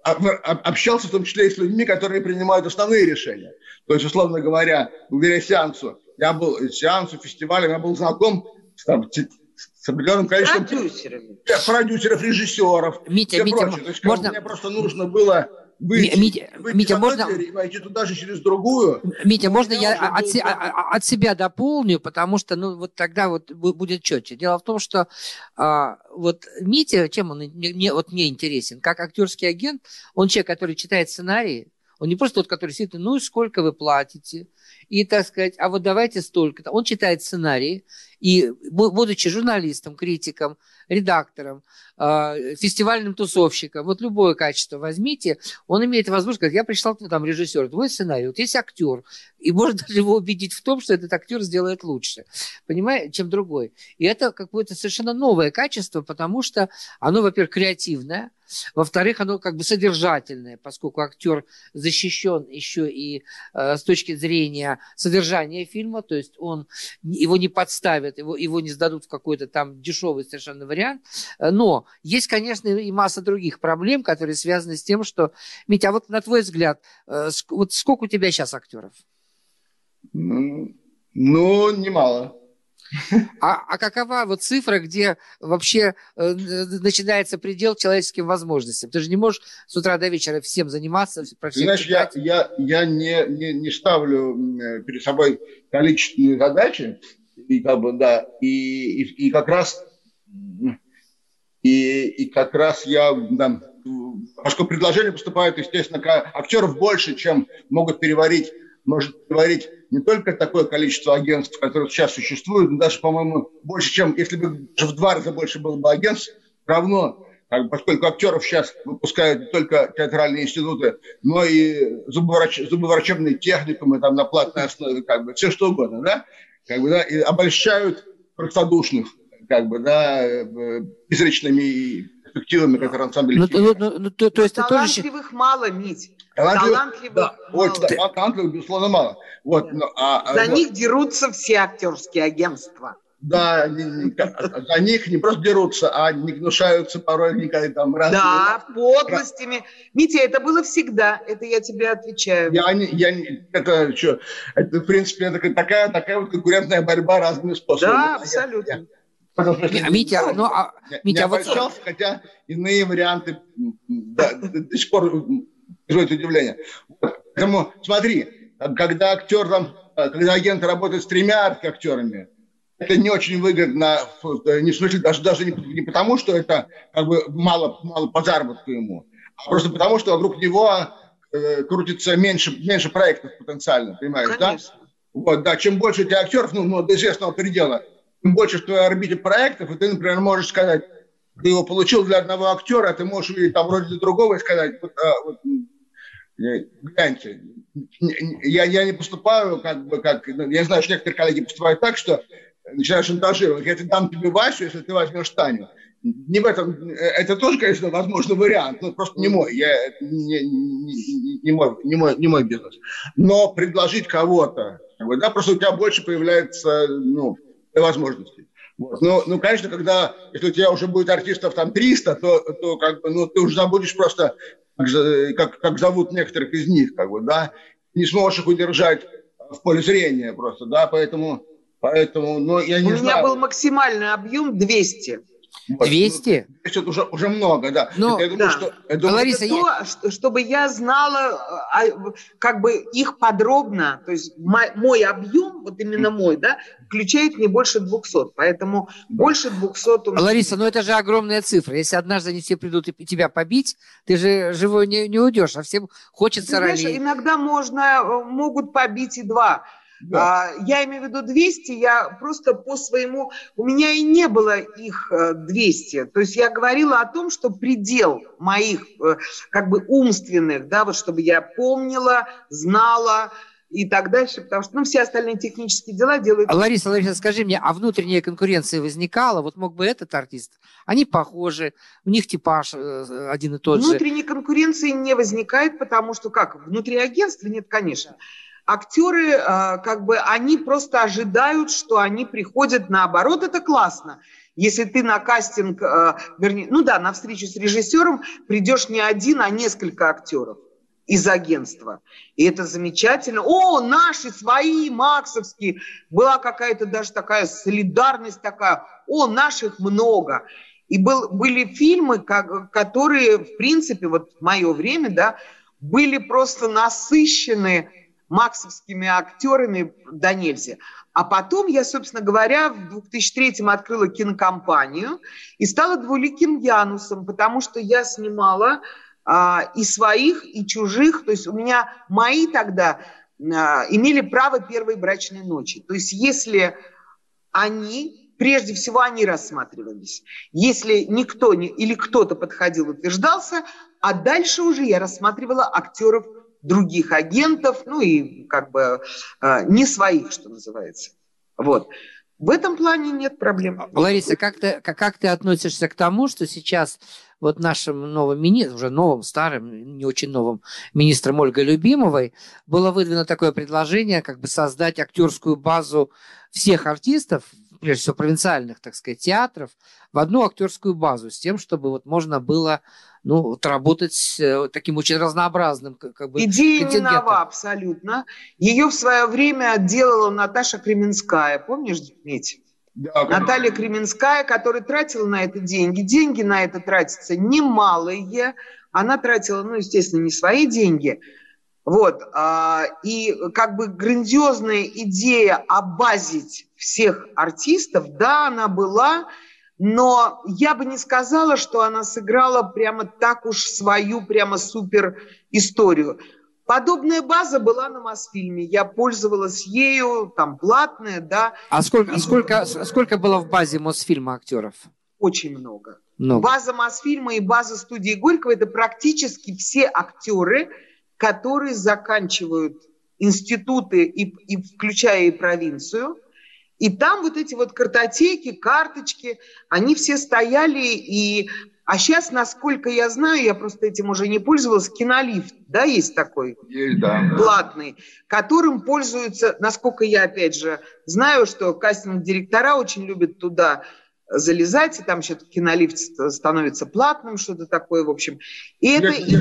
общался в том числе и с людьми, которые принимают основные решения. То есть, условно говоря, благодаря сеансу, фестивалям, я был знаком с определенным количеством продюсеров, режиссеров, Митя, прочее. То есть, мне просто нужно было выйти и войти туда же через другую. Митя, можно я от себя дополню, потому что вот тогда вот будет четче. Дело в том, что вот Митя, чем он мне интересен, как актерский агент, он человек, который читает сценарии, он не просто тот, который сидит, ну и сколько вы платите, и, так сказать, а вот давайте столько-то. Он читает сценарии, и, будучи журналистом, критиком, редактором, фестивальным тусовщиком, вот любое качество возьмите, он имеет возможность сказать, я пришел там режиссер, твой сценарий, вот есть актер, и можно даже его убедить в том, что этот актер сделает лучше, понимаете, чем другой. И это какое-то совершенно новое качество, потому что оно, во-первых, креативное, во-вторых, оно как бы содержательное, поскольку актер защищен еще и с точки зрения содержания фильма, то есть его не подставят, его не сдадут в какой-то там дешевый совершенно вариант. Но есть, конечно, и масса других проблем, которые связаны с тем, что... Митя, а вот на твой взгляд, вот сколько у тебя сейчас актеров? Ну, немало. А какова вот цифра, где вообще начинается предел человеческим возможностям? Ты же не можешь с утра до вечера всем заниматься, про всех Знаешь, читать. я не ставлю перед собой количественные задачи, и как бы, да, и как раз я, да, поскольку предложения поступают, естественно, актеров больше, чем может переварить не только такое количество агентств, которые сейчас существуют, но даже, по-моему, больше, чем если бы в 2 раза больше было бы агентств, равно, поскольку актеров сейчас выпускают не только театральные институты, но и зубоврачебные техникумы там на платной основе, как бы, все что угодно, да, как бы, да, и обольщают простодушных, как бы, да, безречными перспективами, которые на самом деле... То есть талантливых мало, Мить. Талантливых мало. Талантливых, безусловно, мало. Вот, За них дерутся все актерские агентства. Да, за них не просто дерутся, а не гнушаются порой там разные... Да, подлостями. Митя, это было всегда, это я тебе отвечаю. Это, в принципе, это такая вот конкурентная борьба разными способами. Да, абсолютно. Митя, не обольщался, хотя иные варианты до сих пор вызывают удивление. Поэтому смотри, когда агенты работают с 3 актерами, это не очень выгодно, не в смысле даже не потому, что это как бы мало по заработку ему, а просто потому, что вокруг него крутится меньше проектов потенциально, понимаешь, конечно. Да? Вот, да, чем больше у тебя актеров, до известного предела, тем больше в твоей орбите проектов, и ты, например, можешь сказать, ты его получил для одного актера, а ты можешь увидеть там вроде для другого и сказать, гляньте, я не поступаю, я знаю, что некоторые коллеги поступают так, что начинаешь шантажировать, я тебе дам тебе Васю, если ты возьмешь Таню. Не в этом, это тоже, конечно, возможно, вариант, но просто не мой, не мой бизнес. Но предложить кого-то, да, просто у тебя больше появляется, возможностей. Вот. Ну, конечно, если у тебя уже будет артистов там 300, то как бы, ты уже забудешь просто, как зовут некоторых из них, как бы, да, не сможешь их удержать в поле зрения просто, да, поэтому, я не знаю. У меня был максимальный объем 200. 200? Это уже много, да. Я думаю, что Лариса, чтобы я знала как бы их подробно, то есть мой объем, вот именно мой, да, включает не больше 200, поэтому больше 200 у меня. Лариса, это же огромная цифра. Если однажды они все придут и тебя побить, ты же живой не уйдешь, а всем хочется ролей. Знаешь, иногда могут побить и 2. Да. Я имею в виду 200, я просто по своему... У меня и не было их 200. То есть я говорила о том, что предел моих как бы умственных, да, вот чтобы я помнила, знала и так дальше, потому что все остальные технические дела делают... Лариса, скажи мне, а внутренняя конкуренция возникала? Вот мог бы этот артист? Они похожи, у них типаж один и тот же. Внутренней конкуренции не возникает, потому что внутри агентства нет, конечно. Актеры, они просто ожидают, что они приходят наоборот, это классно. если ты на кастинг, на встречу с режиссером придешь не один, а несколько актеров из агентства. И это замечательно. О, наши, свои, максовские. Была какая-то даже такая солидарность такая. О, наших много. И были фильмы, которые, в принципе, вот в мое время, да, были просто насыщены максовскими актерами до нельзя. А потом я, собственно говоря, в 2003-м открыла кинокомпанию и стала двуликим Янусом, потому что я снимала и своих, и чужих. То есть у меня мои тогда имели право первой брачной ночи. То есть если прежде всего они рассматривались. Если никто или кто-то подходил, утверждался, а дальше уже я рассматривала актеров других агентов, и не своих, что называется. Вот. В этом плане нет проблем. Лариса, как ты относишься к тому, что сейчас вот нашим новым министром, уже новым, старым, не очень новым министром Ольгой Любимовой было выдвинуто такое предложение, создать актерскую базу всех артистов, прежде всего провинциальных, так сказать, театров, в одну актерскую базу, с тем, чтобы можно было работать таким очень разнообразным Идея не нова абсолютно. Ее в свое время делала Наташа Кременская. Помнишь, Митя? Да, Наталья Кременская, которая тратила на это деньги. Деньги на это тратятся немалые. Она тратила, естественно, не свои деньги. Вот. И грандиозная идея обазить всех артистов, да, она была, но я бы не сказала, что она сыграла прямо так уж свою прямо супер историю. Подобная база была на Мосфильме. Я пользовалась ею, там платная, да. А сколько было в базе Мосфильма актеров? Очень много. База Мосфильма и база студии Горького – это практически все актеры, которые заканчивают институты, и включая и провинцию. И там вот эти вот картотеки, карточки, они все стояли. А сейчас, насколько я знаю, я просто этим уже не пользовалась, Кинолифт, да, есть такой? Есть, да. Платный, которым пользуются, насколько я, опять же, знаю, что кастинг-директора очень любят туда залезать, и там сейчас Кинолифт становится платным, что-то такое, в общем. Есть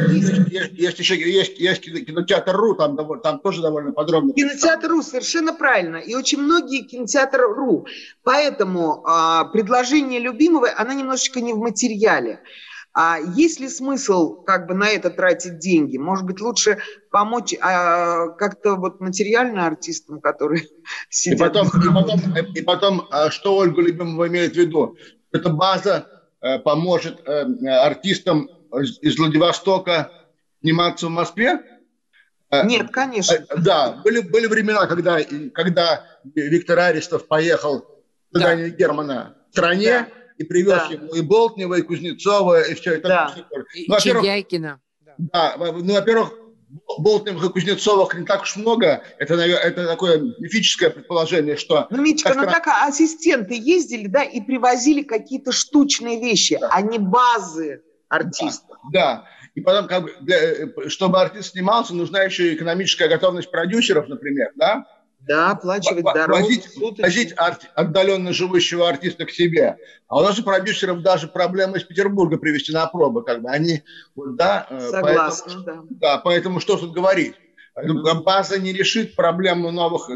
кинотеатр.ру, там тоже довольно подробно. Кинотеатр.ру, совершенно правильно. И очень многие кинотеатр.ру. Поэтому предложение Любимовой, она немножечко не в материале. Есть ли смысл на это тратить деньги? Может быть, лучше помочь как-то материально артистам, которые сидят. И потом, что Ольга Любимова имеет в виду? Эта база поможет артистам из Владивостока сниматься в Москве? Нет, конечно. Да, были времена, когда Виктор Аристов поехал к Дани Германа в стране, да. И привез ему и Болтнева, и Кузнецова, и все это. Да. И Чедяйкина. Да, во-первых, Болтневых и Кузнецовых не так уж много. Это такое мифическое предположение, что... Митечка, так ассистенты ездили, да, и привозили какие-то штучные вещи, да. А не базы артистов. Да. И потом, чтобы артист снимался, нужна еще экономическая готовность продюсеров, например, да? Да, оплачивать дорогу. Возить отдаленно живущего артиста к себе. А у нас у продюсеров даже проблема из Петербурга привезти на пробы. Они, Согласна, да. Поэтому что тут говорить? База не решит проблему новых,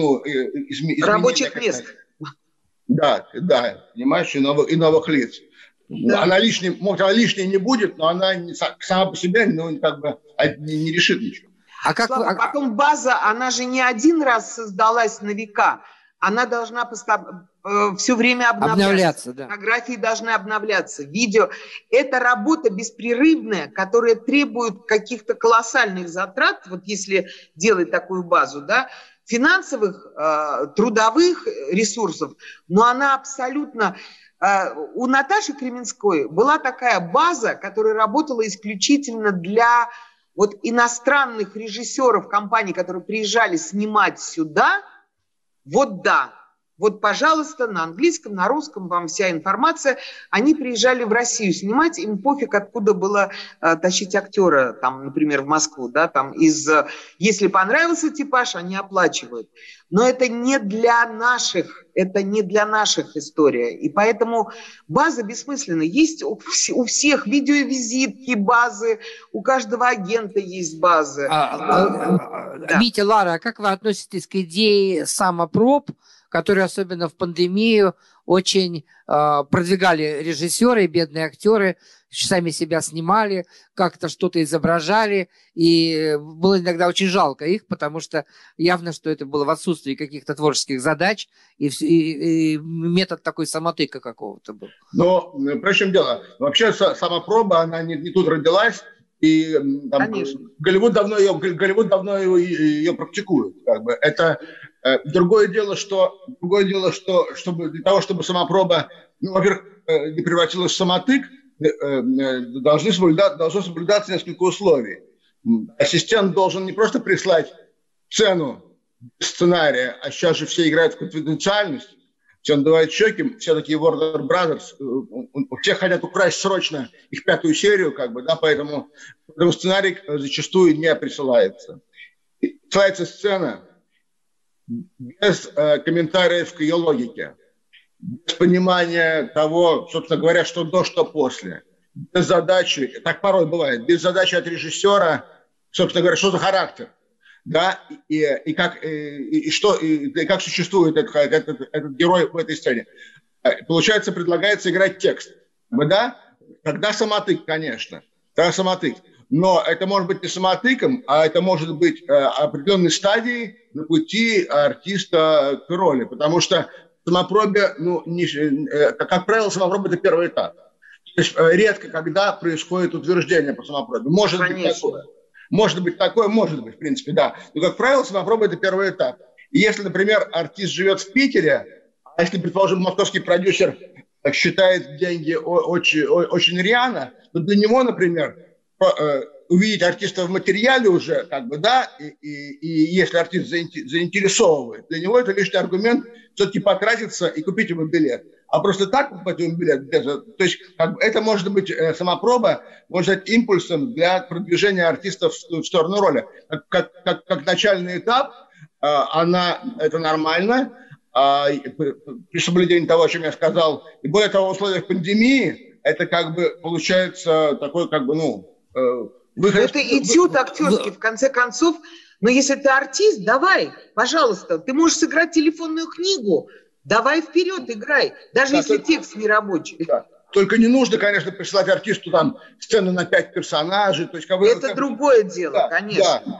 рабочих мест. Да, понимаешь, и новых лиц. Да. Она лишней не будет, но она сама по себе не решит ничего. Потом база, она же не один раз создалась на века. Она должна все время обновляться. Да. Фотографии должны обновляться, видео. Это работа беспрерывная, которая требует каких-то колоссальных затрат, вот если делать такую базу, да, финансовых, трудовых ресурсов, но она абсолютно... У Наташи Кременской была такая база, которая работала исключительно для... иностранных режиссеров компаний, которые приезжали снимать сюда, да, Вот, пожалуйста, на английском, на русском вам вся информация. Они приезжали в Россию снимать, им пофиг, откуда было тащить актера, там, например, в Москву, да, там если понравился типаж, они оплачивают. Но это не для наших история. И поэтому база бессмысленна. Есть у всех видеовизитки, базы, у каждого агента есть базы. Да. Митя, Лара, а как вы относитесь к идее самопроб, которые особенно в пандемию очень продвигали режиссеры и бедные актеры, сами себя снимали, как-то что-то изображали, и было иногда очень жалко их, потому что явно, что это было в отсутствии каких-то творческих задач, и метод такой самотыка какого-то был. Но, в чем дело? Вообще самопроба, она не тут родилась, и там, Голливуд давно ее практикует. Как бы. Это другое дело, что для того, чтобы самопроба, во-первых, не превратилась в самотык, должно соблюдаться несколько условий. Ассистент должен не просто прислать сцену сценария, а сейчас же все играют в конфиденциальность, все надувают щеки, все такие Warner Brothers, все хотят украсть срочно их 5-ю серию, как бы, да, поэтому сценарий зачастую не присылается. Присылается сцена без комментариев к ее логике, без понимания того, собственно говоря, что до, что после, без задачи, так порой бывает, без задачи от режиссера, собственно говоря, что за характер, да, и как существует этот герой в этой сцене. Получается, предлагается играть текст, да, тогда самотык, конечно, тогда самотык. Но это может быть не самотыком, а это может быть определенной стадией на пути артиста к роли. Потому что самопробе, как правило, самопроба – это первый этап. То есть редко когда происходит утверждение по самопробе. Может быть такое, в принципе, да. Но, как правило, самопроба – это первый этап. И если, например, артист живет в Питере, а если, предположим, московский продюсер считает деньги очень рьяно, то для него, например, увидеть артиста в материале уже, как бы, да, и если артист заинтересовывает, для него это лишний аргумент все-таки потратиться и купить ему билет. А просто так покупать ему билет, то есть как бы, это может быть самопроба, может быть импульсом для продвижения артиста в сторону роли. Как начальный этап, это нормально, при соблюдении того, о чем я сказал, и более того, в условиях пандемии, это как бы получается такой, как бы, выход. Это этюд актерский, в конце концов. Но если ты артист, давай, пожалуйста, ты можешь сыграть телефонную книгу, давай вперед, играй, даже если текст не рабочий. Да. Только не нужно, конечно, присылать артисту там сцену на 5 персонажей. То есть, это другое дело, да, конечно.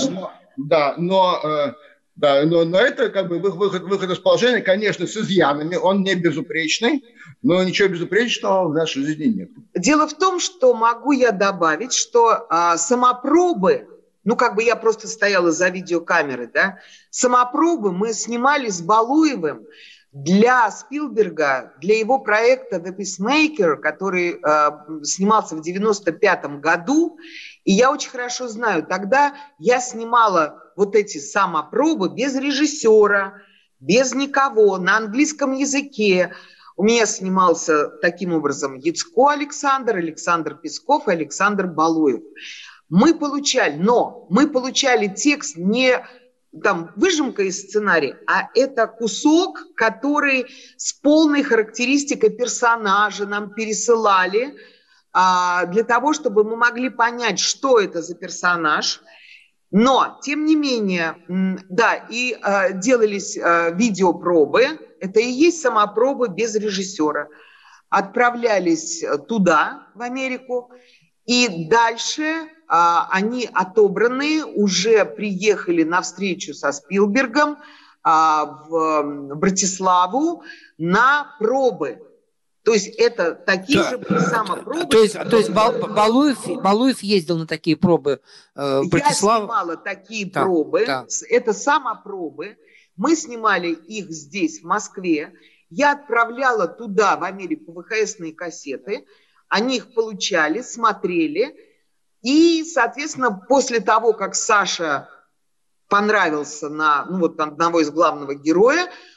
Но это как бы выход из положения, конечно, с изъянами. Он не безупречный, но ничего безупречного в нашей жизни нет. Дело в том, что могу я добавить, что самопробы, я просто стояла за видеокамерой, да, самопробы мы снимали с Балуевым для Спилберга, для его проекта «The Peacemaker», который снимался в 1995 году. И я очень хорошо знаю, тогда я снимала вот эти самопробы без режиссера, без никого, на английском языке. У меня снимался таким образом Яцко Александр Песков и Александр Балуев. Мы получали текст не там выжимка из сценария, а это кусок, который с полной характеристикой персонажа нам пересылали для того, чтобы мы могли понять, что это за персонаж. Но, тем не менее, делались видеопробы, это и есть самопробы без режиссера. Отправлялись туда, в Америку, и дальше они отобранные уже приехали на встречу со Спилбергом в Братиславу на пробы. То есть это такие же самопробы. То есть Балуев ездил на такие пробы в Братиславу? Я снимала такие пробы. Да. Это самопробы. Мы снимали их здесь, в Москве. Я отправляла туда, в Америку, ВХСные кассеты. Они их получали, смотрели. И, соответственно, после того, как Саша понравился на одного из главного героя,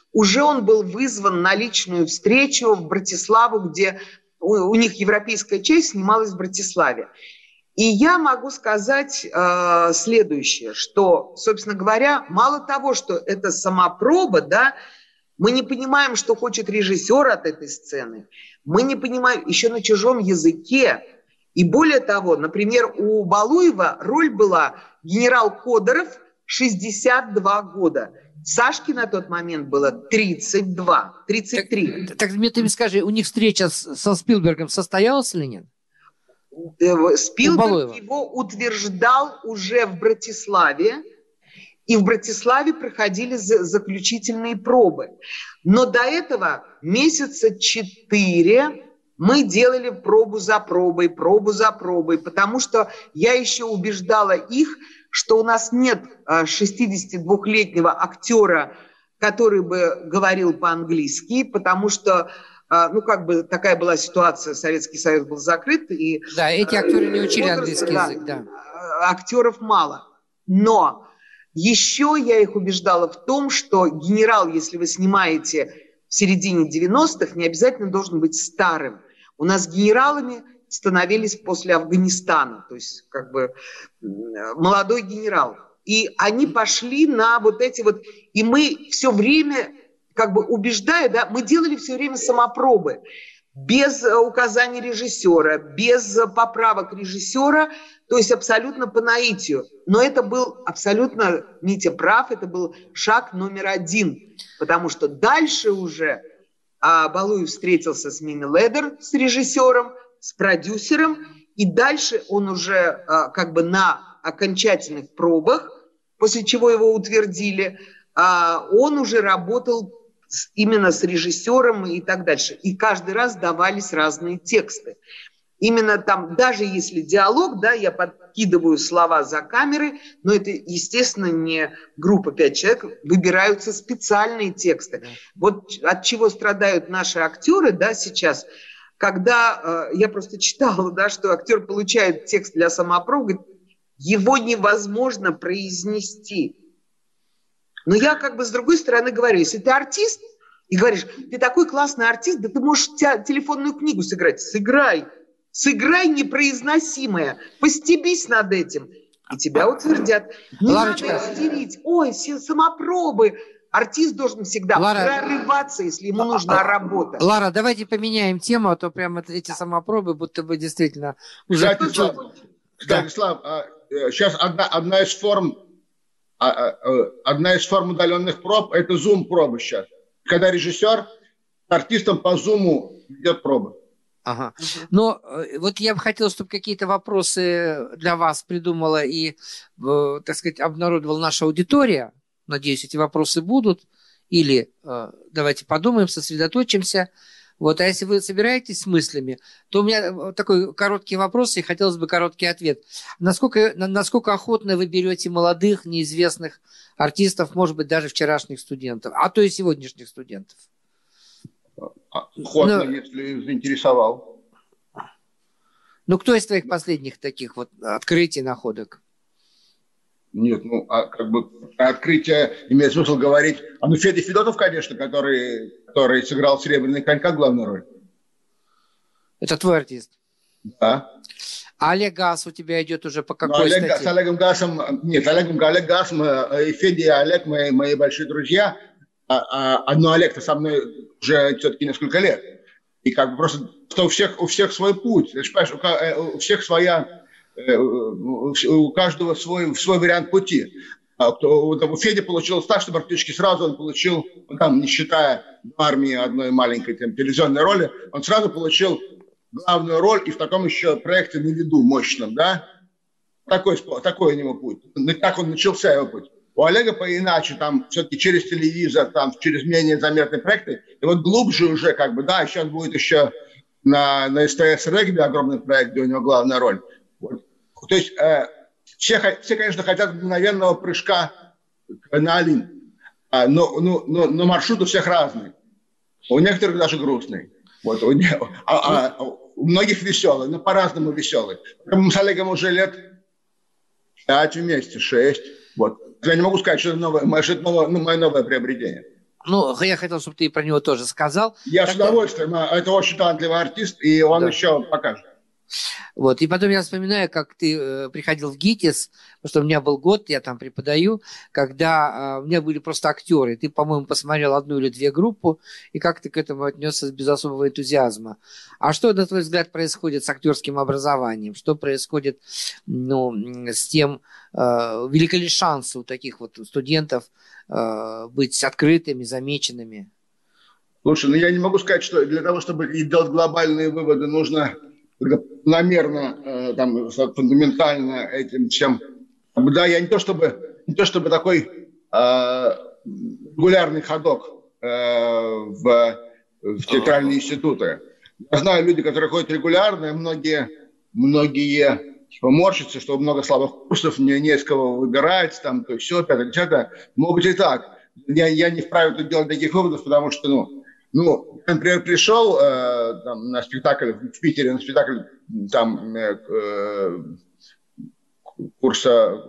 уже он был вызван на личную встречу в Братиславу, где у них европейская часть снималась в Братиславе. И я могу сказать следующее, что, собственно говоря, мало того, что это самопроба, да, мы не понимаем, что хочет режиссер от этой сцены, мы не понимаем еще на чужом языке. И более того, например, у Балуева роль была генерал Ходоров, 62 года. Сашке на тот момент было 32, 33. Так ты мне скажи, у них встреча со Спилбергом состоялась или нет? Спилберг его утверждал уже в Братиславе, и в Братиславе проходили заключительные пробы. Но до этого месяца 4 мы делали пробу за пробой, потому что я еще убеждала их, что у нас нет 62-летнего актера, который бы говорил по-английски, потому что такая была ситуация, Советский Союз был закрыт. И, да, эти актеры не учили английский язык, да. Актеров мало. Но еще я их убеждала в том, что генерал, если вы снимаете в середине 90-х, не обязательно должен быть старым. У нас генералами становились после Афганистана, то есть молодой генерал. И они пошли на вот эти вот... И мы все время... убеждая, да, мы делали все время самопробы, без указаний режиссера, без поправок режиссера, то есть абсолютно по наитию. Но это был абсолютно, Митя прав, это был шаг номер 1, потому что дальше уже Балуев встретился с Мими Ледер, с режиссером, с продюсером, и дальше он уже на окончательных пробах, после чего его утвердили, он уже работал именно с режиссером и так дальше. И каждый раз давались разные тексты. Именно там, даже если диалог, да, я подкидываю слова за камерой, но это, естественно, не группа 5 человек, выбираются специальные тексты. Вот от чего страдают наши актеры, да, сейчас, когда я просто читала, да, что актер получает текст для самопробы, говорит, его невозможно произнести. Но я с другой стороны говорю, если ты артист и говоришь, ты такой классный артист, да ты можешь телефонную книгу сыграть. Сыграй непроизносимое, постебись над этим, и тебя утвердят. Не надо истерить, ой, все самопробы. Артист должен всегда прорываться, если ему нужна работа. Лара, давайте поменяем тему, а то прямо эти самопробы будто бы действительно уже... Кстати, Слав, сейчас одна из форм удаленных проб – это зум-пробы сейчас. Когда режиссер артистам по зуму ведет пробы. Ага. Но вот я бы хотел, чтобы какие-то вопросы для вас придумала и, так сказать, обнародовала наша аудитория. Надеюсь, эти вопросы будут. Или давайте подумаем, сосредоточимся. Вот, а если вы собираетесь с мыслями, то у меня такой короткий вопрос и хотелось бы короткий ответ. Насколько охотно вы берете молодых, неизвестных артистов, может быть, даже вчерашних студентов, а то и сегодняшних студентов? Охотно, если заинтересовал. Ну, кто из твоих последних таких вот открытий, находок? Нет, открытие имеет смысл говорить. Федя Федотов, конечно, который сыграл «Серебряный конь», как главную роль. Это твой артист? Да. А Олег Гас у тебя идет уже по какой статье? С Олегом Гасом, Олег Гас, и Федя, и Олег мои большие друзья. Но Олег-то со мной уже все-таки несколько лет. И просто у всех свой путь. Ты понимаешь, у всех у каждого свой вариант пути. У Феди получилось так, что практически сразу он получил, не считая в армии одной маленькой телевизионной роли, он сразу получил главную роль и в таком еще проекте «На виду» мощном, да? Такой у него путь. Так он начался его путь. У Олега поиначе, все-таки через телевизор, через менее заметные проекты. И вот глубже уже, сейчас будет еще на СТС «Регби» огромный проект, где у него главная роль. Вот. То есть все, конечно, хотят мгновенного прыжка на Олимп, но маршрут у всех разный. У некоторых даже грустный. Вот, у многих веселый, но по-разному веселый. Мы с Олегом уже лет 5 вместе, 6. Вот. Я не могу сказать, что это мое новое приобретение. Ну, я хотел, чтобы ты про него тоже сказал. Я с удовольствием. Это очень талантливый артист, и он еще покажет. Вот. И потом я вспоминаю, как ты приходил в ГИТИС, потому что у меня был год, я там преподаю, когда у меня были просто актеры. Ты, по-моему, посмотрел 1 или 2 группы, и как ты к этому отнесся без особого энтузиазма. А что, на твой взгляд, происходит с актерским образованием? Что происходит с тем, велики ли шансы у таких вот студентов быть открытыми, замеченными? Слушай, я не могу сказать, что для того, чтобы делать глобальные выводы, нужно намеренно, фундаментально этим всем. Да, я не то чтобы такой регулярный ходок в театральные институты. Я знаю люди, которые ходят регулярно, и многие морщатся, что много слабых курсов, не из кого выбирать, там, то все, 5-10. Может быть и так. Я не вправе тут делать таких выводов, потому что, например, пришел на спектакль в Питере, на спектакль там курса,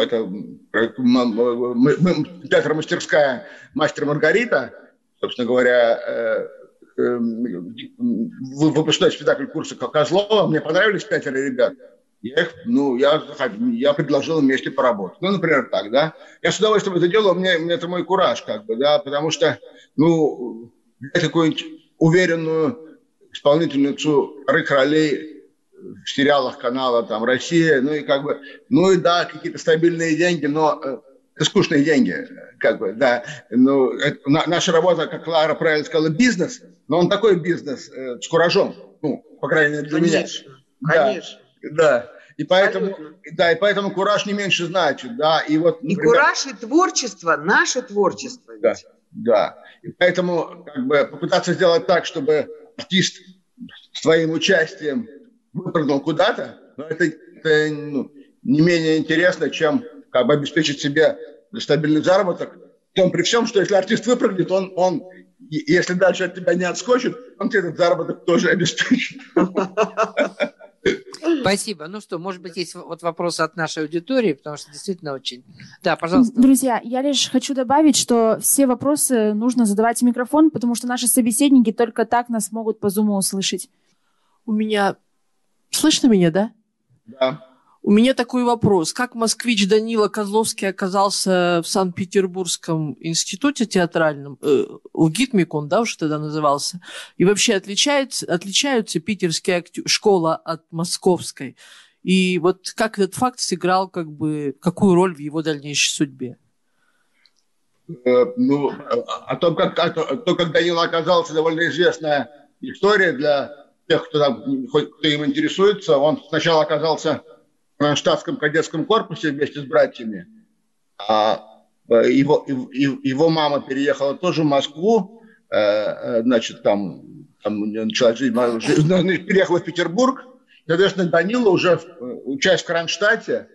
театр «Мастерская» «Мастер Маргарита», собственно говоря, выпускной спектакль курса Козлова. Мне понравились 5 ребят. Я предложил вместе поработать. Например, так, да. Я с удовольствием это делаю, это мой кураж, потому что, взять какую-нибудь уверенную исполнительницу вторых ролей в сериалах канала там «Россия», какие-то стабильные деньги, но это скучные деньги, наша работа, как Клара правильно сказала, бизнес, но он такой бизнес с куражом, по крайней мере для меня. Конечно. Да. И поэтому кураж не меньше значит, да. И например, кураж, и творчество, наше творчество. Да. И поэтому попытаться сделать так, чтобы артист своим участием выпрыгнул куда-то, это не менее интересно, чем обеспечить себе стабильный заработок. При всем, что если артист выпрыгнет, он если дальше от тебя не отскочит, он тебе этот заработок тоже обеспечит. Спасибо. Может быть, есть вопросы от нашей аудитории, потому что действительно очень... Да, пожалуйста. Друзья, я лишь хочу добавить, что все вопросы нужно задавать в микрофон, потому что наши собеседники только так нас могут по Zoom услышать. Слышно меня, да? Да. У меня такой вопрос. Как москвич Данила Козловский оказался в Санкт-Петербургском институте театральном, УГИТМИК он, уж тогда назывался, и вообще отличаются питерские школа от московской? И как этот факт сыграл, какую роль в его дальнейшей судьбе? Как Данила оказался, довольно известная история для тех, кто им интересуется. Он сначала оказался в Кронштадтском кадетском корпусе вместе с братьями. Его мама переехала тоже в Москву, начала жить, переехала в Петербург. Соответственно, Данила уже, учась в Кронштадте,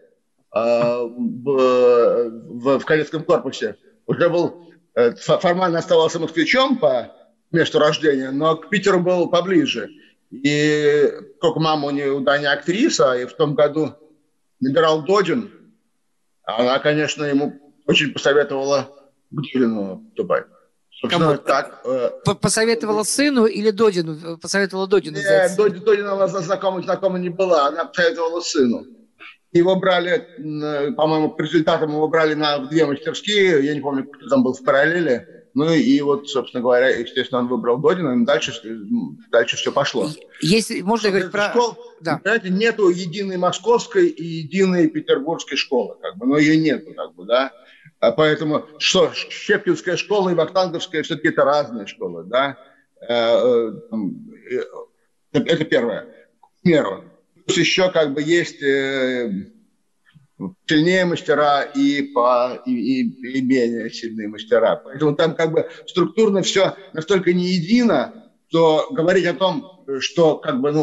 в кадетском корпусе, уже был, формально оставался москвичом по месту рождения, но к Питеру был поближе. И как мама у Дани актриса, и в том году набирал Додин, она, конечно, ему очень посоветовала Гудвину вступать. Собственно, так. Посоветовала сыну или Додину? Посоветовала Додину. Нет, Додина она знакома не была, она посоветовала сыну. Его брали, по-моему, по результатам его брали в 2 мастерские, я не помню, кто там был в параллели. Собственно говоря, естественно, он выбрал Додина, и дальше все пошло. Если можно говорить про... Да. Понимаете, нету единой московской и единой петербургской школы, но ее нету, да. Поэтому Щепкинская школа и Вахтанговская все-таки это разные школы, да. Это первое. К примеру. Плюс еще есть сильнее мастера и менее сильные мастера. Поэтому там структурно все настолько не едино, что говорить о том, что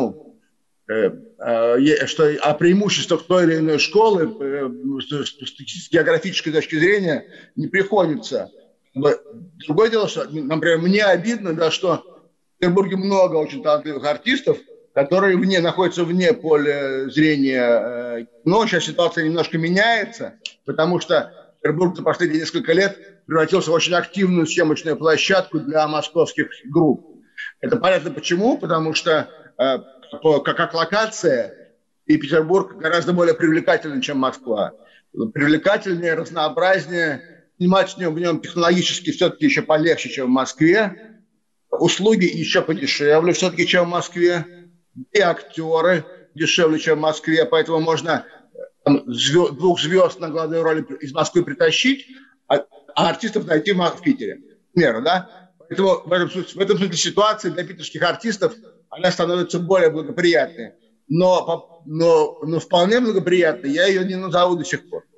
что о преимуществах той или иной школы с географической точки зрения не приходится. Другое дело, что, например, мне обидно, что в Петербурге много очень талантливых артистов, которые находятся вне поля зрения кино. Сейчас ситуация немножко меняется, потому что Петербург за последние несколько лет превратился в очень активную съемочную площадку для московских групп. Это понятно почему, потому что как локация и Петербург гораздо более привлекателен, чем Москва. Привлекательнее, разнообразнее, снимать в нем технологически все-таки еще полегче, чем в Москве. Услуги еще подешевле все-таки, чем в Москве. И актеры дешевле, чем в Москве. Поэтому можно 2 звезд на главной роли из Москвы притащить, а артистов найти в Питере. К примеру, да? Поэтому в этом смысле ситуация для питерских артистов она становится более благоприятной. Но вполне благоприятной я ее не назову до сих пор.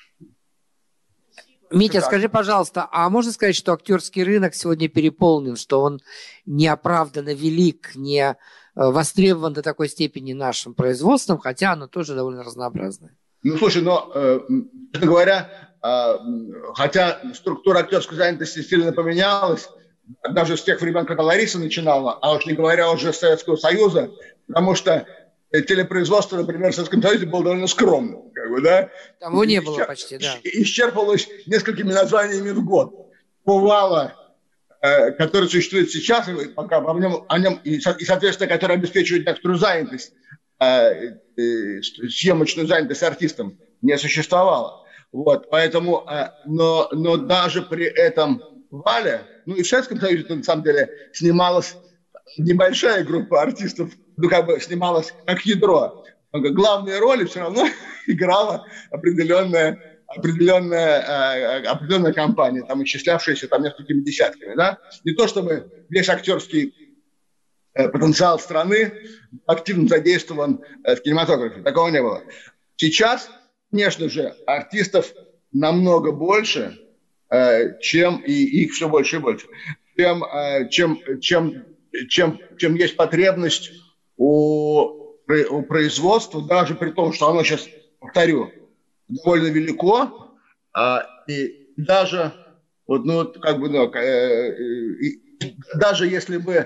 Митя, скажи, пожалуйста, а можно сказать, что актерский рынок сегодня переполнен, что он неоправданно велик, не востребован до такой степени нашим производством, хотя оно тоже довольно разнообразное? Ну, слушай, честно говоря, хотя структура актерской занятости сильно поменялась, даже с тех времен, когда Лариса начинала, а уж не говоря уже с Советского Союза, потому что телепроизводство, например, в Советском Союзе было довольно скромным. Да? Там его не было почти, да. Исчерпывалось несколькими названиями в год. Бывало, который существует сейчас, пока о нем и, соответственно, который обеспечивает некоторую занятость, съемочную занятость артистам, не существовало. Вот, поэтому, но даже при этом Валя, и в Советском Союзе на самом деле снималась небольшая группа артистов, снималась как ядро. Главные роли все равно играла определенная компания, там исчислявшаяся несколькими десятками. Да? Не то чтобы весь актерский потенциал страны активно задействован в кинематографе. Такого не было. Сейчас, конечно же, артистов намного больше, чем и их все больше и больше, чем есть потребность у производства, даже при том, что оно сейчас, повторю, довольно велико, и даже даже если бы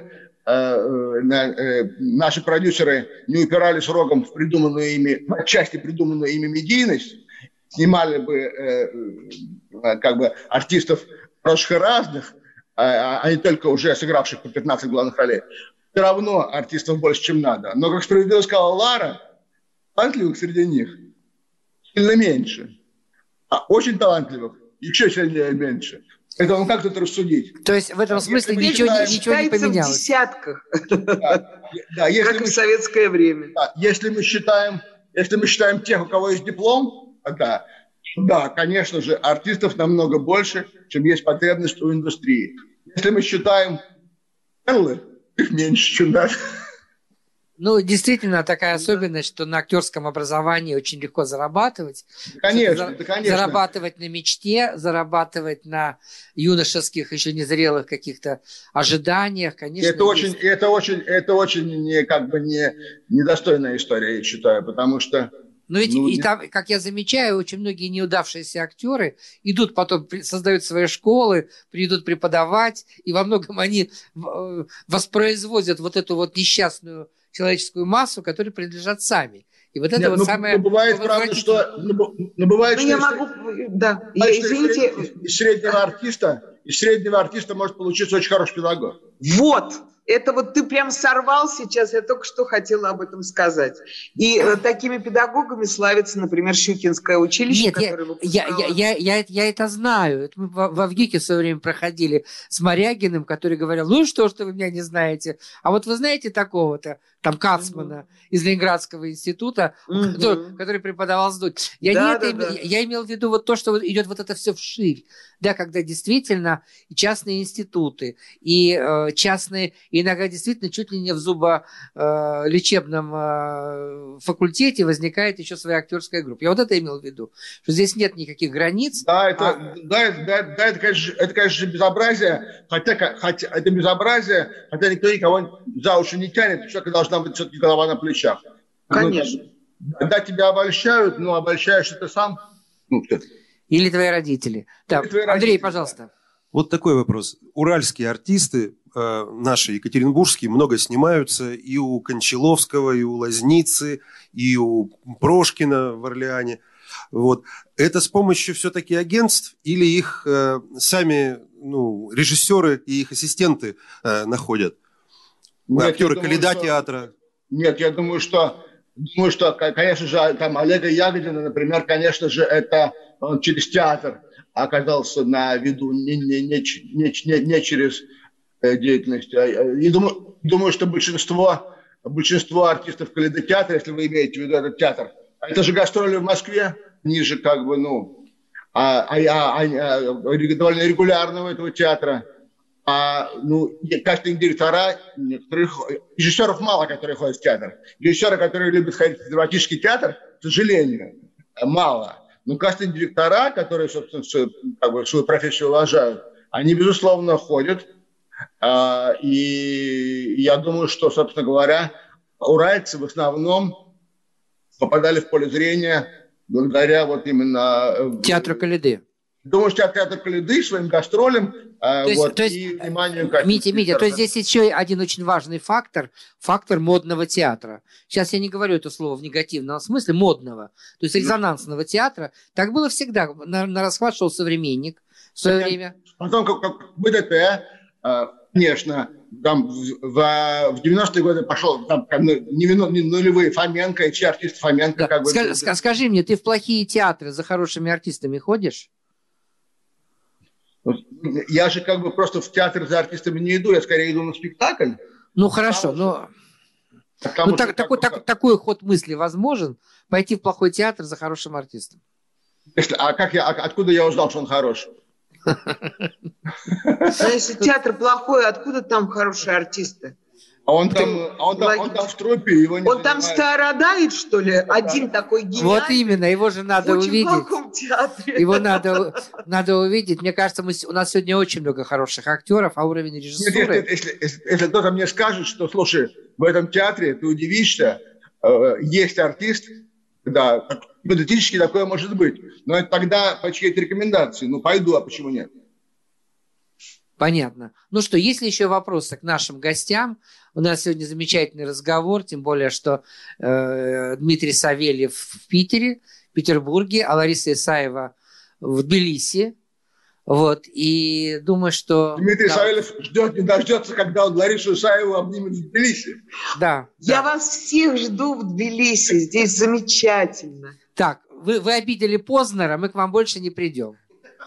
наши продюсеры не упирались рогом в отчасти придуманную ими медийность, снимали бы артистов прошлых разных, а не только уже сыгравших по 15 главных ролей, все равно артистов больше, чем надо. Но, как справедливо сказала Лара, талантливых среди них сильно меньше. А очень талантливых еще сильнее меньше. Поэтому как тут рассудить? То есть в этом смысле ничего не поменялось. В десятках. Да, как в советское время. Если мы считаем тех, у кого есть диплом, да, конечно же, артистов намного больше, чем есть потребность у индустрии. Если мы считаем перлы, их меньше, чем надо. Действительно, такая особенность, что на актерском образовании очень легко зарабатывать. Конечно. Зарабатывать на мечте, зарабатывать на юношеских, еще незрелых каких-то ожиданиях, конечно. Это очень недостойная история, я считаю, потому что... И там, как я замечаю, очень многие неудавшиеся актеры идут потом, создают свои школы, придут преподавать, и во многом они воспроизводят вот эту вот несчастную человеческую массу, которой принадлежат сами. И вот это самое... Бывает, правда, что... Бывает, что... Извините... Из среднего артиста может получиться очень хороший педагог. Вот! Это вот ты прям сорвал сейчас, я только что хотела об этом сказать. И такими педагогами славится, например, Щукинское училище, которое выпускало... Я это знаю. Это мы в ВГИКе в свое время проходили с Морягиным, который говорил, что вы меня не знаете. А вот вы знаете такого-то, там Кацмана из Ленинградского института, который преподавал СДУ. Я имел в виду вот то, что идет вот это все вширь. Да, когда действительно и частные институты, и частные, иногда действительно чуть ли не в зуболечебном факультете возникает еще своя актерская группа. Я вот это имел в виду, что здесь нет никаких границ. Это, конечно, безобразие, хотя это безобразие, хотя никто никого за уши не тянет, у человека должна быть все-таки голова на плечах. Конечно. Когда тебя обольщают, обольщаешь ты сам. Или твои родители. Андрей, пожалуйста. Вот такой вопрос. Уральские артисты, наши екатеринбургские, много снимаются и у Кончаловского, и у Лозницы, и у Прошкина в Орлеане. Вот. Это с помощью все-таки агентств или их сами режиссеры и их ассистенты находят? Актеры Коляда театра? Нет, я думаю, что, конечно же, там Олега Ягодина, например, конечно же, это он через театр оказался на виду, не через деятельность. И думаю, что большинство артистов Коляда театра, если вы имеете в виду этот театр, это же гастроли в Москве, ниже довольно регулярного этого театра. Каждый директора, некоторых режиссеров мало, которые ходят в театр. Режиссеры, которые любят ходить в драматический театр, к сожалению, мало. Но каждый директора, которые, собственно, свою профессию уважают, они, безусловно, ходят. И я думаю, что, собственно говоря, уральцы в основном попадали в поле зрения благодаря вот именно... Театру Коляды. Думаю, что театр Коляды своим гастролям и вниманию к Митя, то есть здесь еще один очень важный фактор модного театра. Сейчас я не говорю это слово в негативном смысле, модного, то есть резонансного театра. Так было всегда. На расхват шел «Современник» в свое время. Потом, как БДТ, конечно, там в 90-е годы пошел там, нулевые Фоменко, и артист Фоменко. Да. Скажи мне, ты в плохие театры за хорошими артистами ходишь? Я же просто в театр за артистами не иду, я скорее иду на спектакль. Ну хорошо, но такой ход мысли возможен, пойти в плохой театр за хорошим артистом? Откуда я узнал, что он хорош? Если театр плохой, откуда там хорошие артисты? Он там в труппе, его не Он там стародает, что ли? Один такой гениальный. Вот именно, его же надо увидеть. В очень плохом театре. Его надо увидеть. Мне кажется, у нас сегодня очень много хороших актеров, а уровень режиссуры... Нет, если кто-то мне скажет, что, слушай, в этом театре ты удивишься, есть артист, да, гипотетически такое может быть. Но это тогда по чьей-то рекомендации. Пойду, а почему нет? Понятно. Ну что, есть ли еще вопросы к нашим гостям? У нас сегодня замечательный разговор, тем более, что Дмитрий Савельев в Питере, в Петербурге, а Лариса Исаева в Тбилиси. Вот, и думаю, что... Дмитрий Савельев ждет, не дождется, когда он Ларису Исаеву обнимет в Тбилиси. Да. Я вас всех жду в Тбилиси, здесь замечательно. Так, вы обидели Познера, мы к вам больше не придем.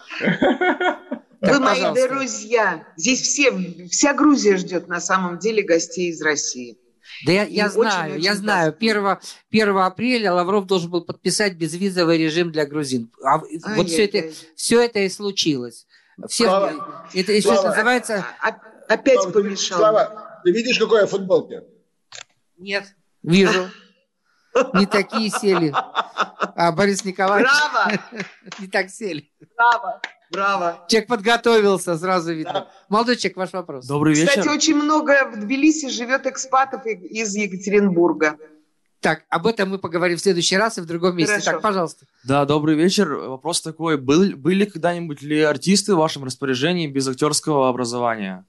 Вы мои друзья. Здесь вся Грузия ждет на самом деле гостей из России. Да я знаю. 1 апреля Лавров должен был подписать безвизовый режим для грузин. Все это и случилось. Это называется... Опять помешал. Слава, ты видишь, какой я в футболке? Нет, вижу. Не такие сели. А Борис Николаевич... Браво! Не так сели. Браво. Человек подготовился, сразу видно. Да. Молодой человек, ваш вопрос. Добрый вечер. Кстати, очень много в Тбилиси живет экспатов из Екатеринбурга. Так, об этом мы поговорим в следующий раз и в другом месте. Хорошо. Так, пожалуйста. Да, добрый вечер. Вопрос такой. Были когда-нибудь ли артисты в вашем распоряжении без актерского образования?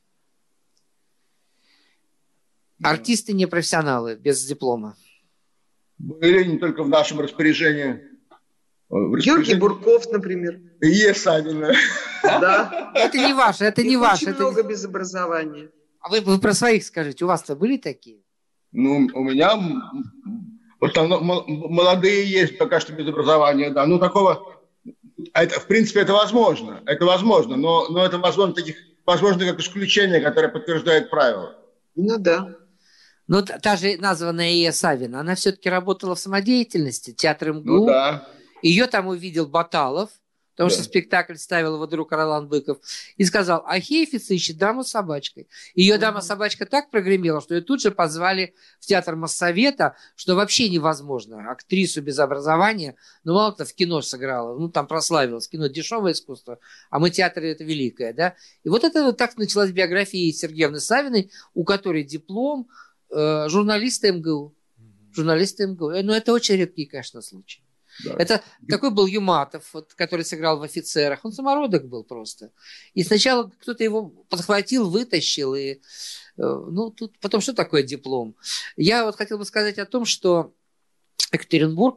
Артисты не профессионалы, без диплома. Были не только в нашем распоряжении. Георгий Бурков, например. Есавина. Да. Это не ваше, это не ваше. Очень много без образования. А вы про своих скажите, у вас-то были такие? У меня в основном молодые есть пока что без образования, да. Такого... в принципе, это возможно. Но это возможно как исключение, которое подтверждает правило. Да. Но та же названная Ия Савина, она все-таки работала в самодеятельности, театр МГУ. Да. Ее там увидел Баталов, потому что спектакль ставил его друг Ролан Быков, и сказал: а Хейфиц ищет даму с собачкой. Ее дама-собачка так прогремела, что ее тут же позвали в театр Моссовета, что вообще невозможно. Актрису без образования, мало кто в кино сыграла, там прославилась. Кино дешевое искусство, а мы театр это великое, да. И вот так началась биография Сергеевны Савиной, у которой диплом журналиста МГУ. Но это очень редкий, конечно, случай. Да. Это такой был Юматов, который сыграл в «Офицерах». Он самородок был просто. И сначала кто-то его подхватил, вытащил. И, тут потом что такое диплом? Я хотел бы сказать о том, что Екатеринбург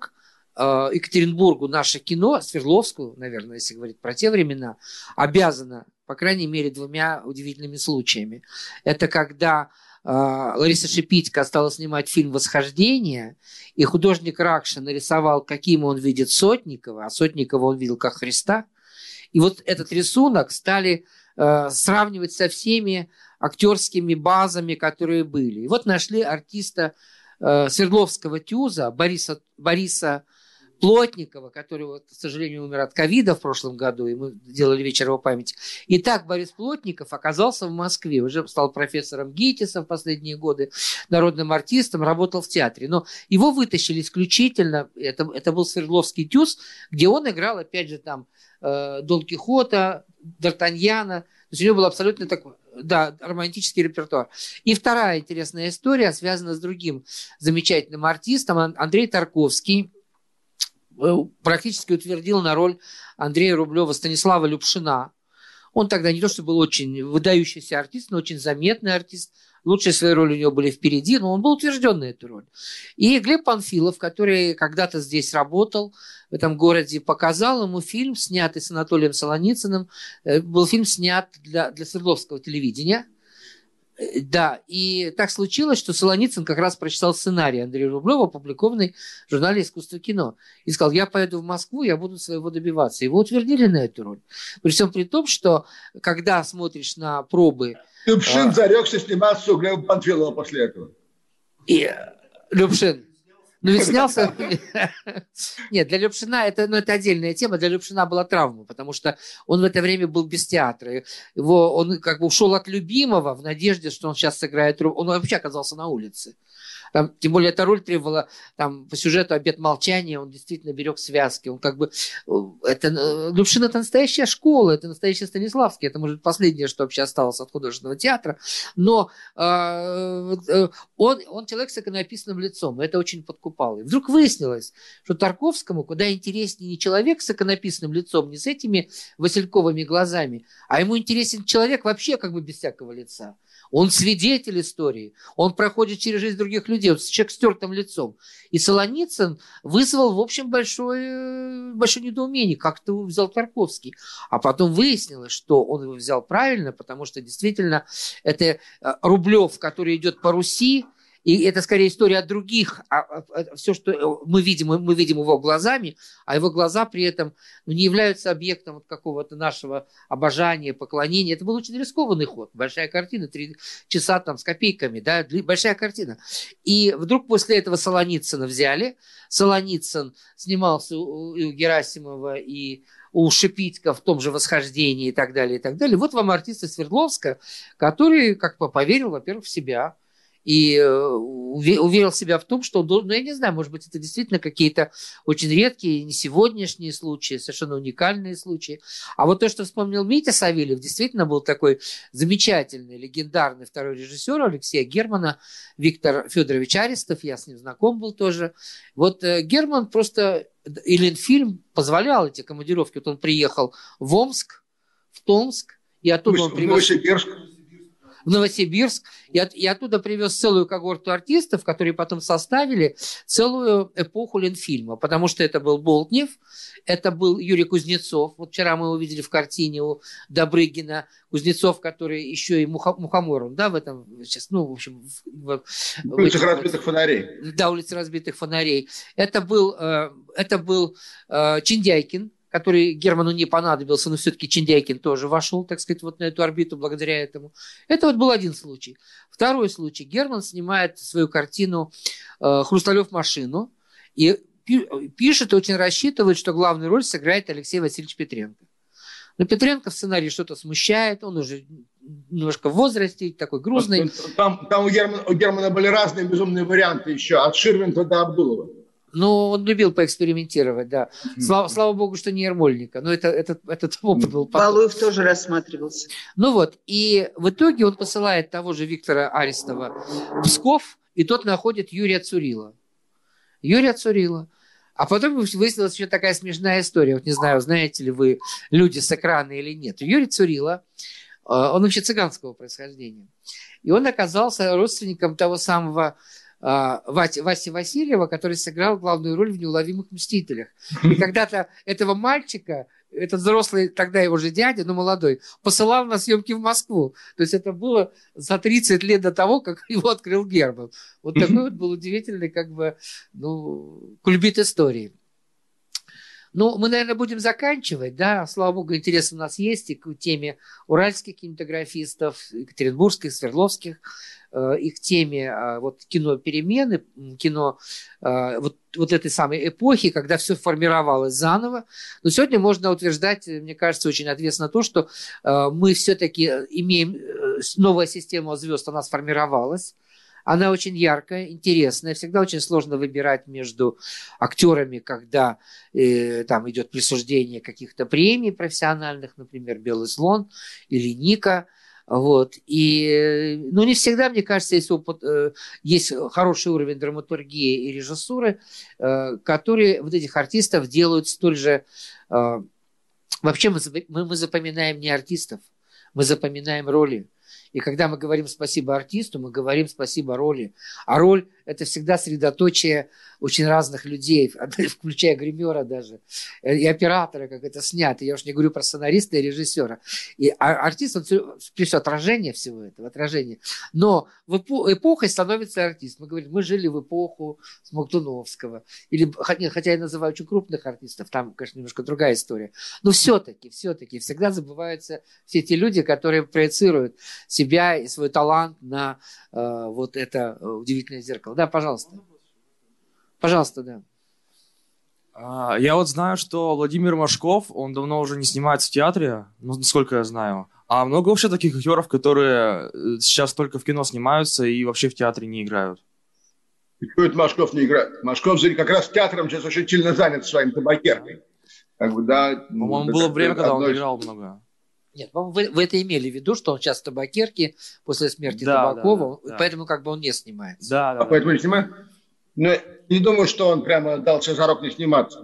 Екатеринбургу наше кино, Свердловску, наверное, если говорить про те времена, обязано, по крайней мере, 2 удивительными случаями. Это когда Лариса Шипитько стала снимать фильм «Восхождение», и художник Ракша нарисовал, каким он видит Сотникова, а Сотникова он видел как Христа. И вот этот рисунок стали сравнивать со всеми актерскими базами, которые были. И вот нашли артиста Свердловского ТЮЗа Бориса Плотникова, который, вот, к сожалению, умер от ковида в прошлом году, и мы делали вечер его памяти. И так Борис Плотников оказался в Москве, уже стал профессором ГИТИСа в последние годы, народным артистом, работал в театре. Но его вытащили исключительно, это был Свердловский ТЮЗ, где он играл, опять же, там, Дон Кихота, Д'Артаньяна. То есть у него был абсолютно такой, да, романтический репертуар. И вторая интересная история связана с другим замечательным артистом, Андрей Тарковский. Практически утвердил на роль Андрея Рублева Станислава Любшина. Он тогда не то что был очень выдающийся артист, но очень заметный артист. Лучшие свои роли у него были впереди, но он был утвержден на эту роль. И Глеб Панфилов, который когда-то здесь работал, в этом городе, показал ему фильм, снятый с Анатолием Солоницыным. Был фильм снят для Свердловского телевидения. Да, и так случилось, что Солоницын как раз прочитал сценарий Андрея Рублева, опубликованный в журнале «Искусство кино». И сказал, я поеду в Москву, я буду своего добиваться. Его утвердили на эту роль. При всем при том, что когда смотришь на пробы... Любшин зарекся сниматься у Глеба Панфилова после этого. И Любшин... Ну ведь снялся... Нет, для Любшина это отдельная тема. Для Любшина была травма, потому что он в это время был без театра. Он как бы ушел от любимого в надежде, что он сейчас сыграет роль. Он вообще оказался на улице. Там, тем более, эта роль требовала там, по сюжету «Обет молчания», он действительно берег связки. Он как бы... Любшин – это настоящая школа, это настоящий Станиславский. Это, может, последнее, что вообще осталось от художественного театра. Но он человек с иконописным лицом, это очень подкупало. И вдруг выяснилось, что Тарковскому куда интереснее не человек с иконописным лицом, не с этими васильковыми глазами, а ему интересен человек вообще как бы без всякого лица. Он свидетель истории, он проходит через жизнь других людей, он человек с тертым лицом. И Солоницын вызвал, в общем, большое недоумение, как это взял Тарковский. А потом выяснилось, что он его взял правильно, потому что действительно это Рублев, который идет по Руси, и это скорее история от других. Все, что мы видим его глазами, а его глаза при этом не являются объектом вот какого-то нашего обожания, поклонения. Это был очень рискованный ход. Большая картина, 3 часа там с копейками, да, большая картина. И вдруг после этого Солоницына взяли. Солоницын снимался у Герасимова и у Шипитько в том же «Восхождении» и так далее, и так далее. Вот вам артист из Свердловска, который как бы поверил, во-первых, в себя, и уверил себя в том, что он должен, я не знаю, может быть, это действительно какие-то очень редкие, не сегодняшние случаи, совершенно уникальные случаи. А вот то, что вспомнил Митя Савельев, действительно был такой замечательный, легендарный второй режиссер Алексея Германа, Виктор Федорович Аристов, я с ним знаком был тоже. Вот Герман просто, Ленфильм позволял эти командировки. Вот он приехал в Омск, в Томск, и оттуда он привез... в Новосибирск, и оттуда привез целую когорту артистов, которые потом составили целую эпоху Ленфильма, потому что это был Болтнев, это был Юрий Кузнецов, вот вчера мы его видели в картине у Добрыгина, Кузнецов, который еще и Мухомор, да, в этом сейчас, в общем... Улица разбитых фонарей. Да, улица разбитых фонарей. Это был Чиндяйкин, который Герману не понадобился, но все-таки Чиндяйкин тоже вошел, так сказать, вот на эту орбиту благодаря этому. Это вот был один случай. Второй случай. Герман снимает свою картину «Хрусталев машину» и пишет и очень рассчитывает, что главную роль сыграет Алексей Васильевич Петренко. Но Петренко в сценарии что-то смущает, он уже немножко в возрасте, такой грузный. Там у Германа были разные безумные варианты еще, от Ширвинта до Абдулова. Ну, он любил поэкспериментировать, да. Слава богу, что не Ермольника. Но этот опыт был потом. Валуев тоже рассматривался. Ну вот, и в итоге он посылает того же Виктора Аристова в Псков, и тот находит Юрия Цурила. А потом выяснилась еще такая смешная история. Вот не знаю, знаете ли вы люди с экрана или нет. Юрий Цурила, он вообще цыганского происхождения. И он оказался родственником того самого Васи Васильева, который сыграл главную роль в «Неуловимых мстителях». И когда-то этого мальчика, этот взрослый, тогда его же дядя, но молодой, посылал на съемки в Москву. То есть это было за 30 лет до того, как его открыл Герман. Вот такой вот был удивительный, как бы, кульбит истории. Ну, мы, наверное, будем заканчивать, да, слава богу, интерес у нас есть и к теме уральских кинематографистов, екатеринбургских, свердловских, их теме вот кино перемены, кино вот этой самой эпохи, когда все формировалось заново. Но сегодня можно утверждать, мне кажется, очень ответственно то, что мы все-таки имеем новая система звезд, она сформировалась. Она очень яркая, интересная. Всегда очень сложно выбирать между актерами, когда там идет присуждение каких-то премий профессиональных, например, «Белый слон» или «Ника». Вот. И, не всегда, мне кажется, есть хороший уровень драматургии и режиссуры, которые вот этих артистов делают столь же... Вообще мы запоминаем не артистов, мы запоминаем роли. И когда мы говорим спасибо артисту, мы говорим спасибо роли. А роль – это всегда средоточие очень разных людей, включая гримера даже, и оператора, как это снято. Я уж не говорю про сценариста и режиссера. И артист, он все отражение всего этого, отражение. Но эпохой становится артист. Мы говорим, мы жили в эпоху Смоктуновского. Или, хотя я называю очень крупных артистов, там, конечно, немножко другая история. Но все-таки всегда забываются все те люди, которые проецируют себя и свой талант на вот это удивительное зеркало. Да, пожалуйста. Пожалуйста, да. Я вот знаю, что Владимир Машков, он давно уже не снимается в театре, насколько я знаю. А много вообще таких актеров, которые сейчас только в кино снимаются и вообще в театре не играют? Почему это Машков не играет? Машков как раз театром сейчас очень сильно занят своим табакеркой. По-моему, было время, когда он играл много. Нет, вы это имели в виду, что он сейчас в табакерке после смерти Табакова, да. Поэтому как бы он не снимается. Да. Поэтому не снимает? Но не думаю, что он прямо дал себе зарок не сниматься.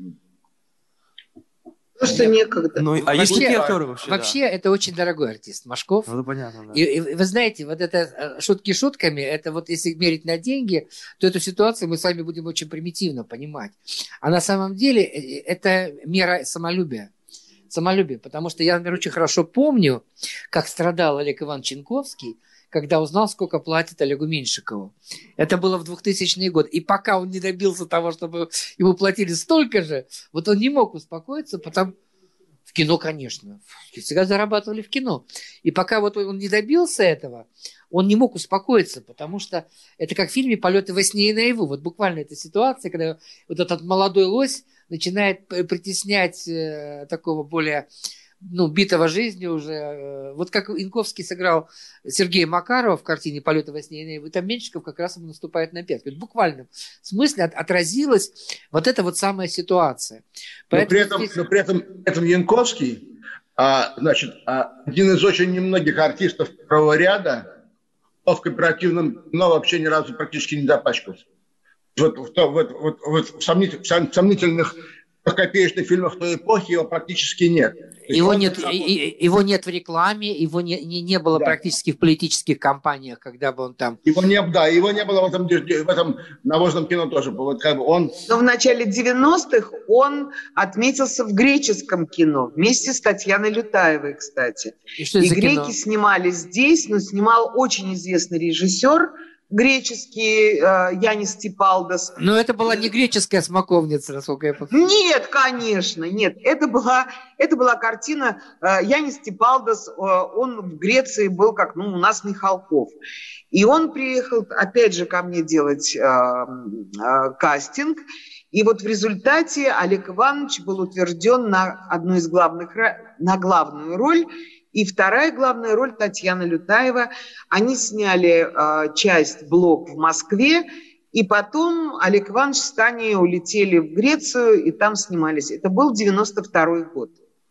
Просто некогда. Есть такие актеры вообще? Вообще, это очень дорогой артист, Машков. Понятно, да. И вы знаете, вот это шутки шутками, это вот если мерить на деньги, то эту ситуацию мы с вами будем очень примитивно понимать. А на самом деле это мера самолюбия. Потому что я, например, очень хорошо помню, как страдал Олег Иванович Янковский, когда узнал, сколько платит Олегу Меньшикову. Это было в 2000 год. И пока он не добился того, чтобы ему платили столько же, вот он не мог успокоиться, потому... В кино, конечно. Всегда зарабатывали в кино. И пока вот он не добился этого, он не мог успокоиться, потому что это как в фильме «Полеты во сне и наяву». Вот буквально эта ситуация, когда вот этот молодой лось начинает притеснять такого более... битого жизнью уже. Вот как Янковский сыграл Сергея Макарова в картине «Полеты во сне и наяву», там Меньшиков как раз ему наступает на пятки. В буквальном смысле отразилась вот эта вот самая ситуация. Но при этом Янковский, один из очень немногих артистов второго ряда, в кооперативном кино вообще ни разу практически не запачкался. В сомнительных копеечных фильмах той эпохи его практически нет. Его нет в рекламе, его не было практически в политических кампаниях, когда бы он там... Его не было в этом навозном кино тоже. Вот как бы он... Но в начале 90-х он отметился в греческом кино вместе с Татьяной Лютаевой, кстати. И греки кино? Снимали здесь, но снимал очень известный режиссер греческий Янис Типалдос. Но это была не греческая смоковница, насколько я помню. Нет, конечно, нет. Это была картина Янис Типалдос. Он в Греции был, как у нас Михалков. И он приехал, опять же, ко мне делать кастинг. И вот в результате Олег Иванович был утвержден на одну из на главную роль. И вторая главная роль Татьяна Лютаева. Они сняли блок в Москве, и потом Олег Иванович с Таней улетели в Грецию, и там снимались. Это был 92-й год.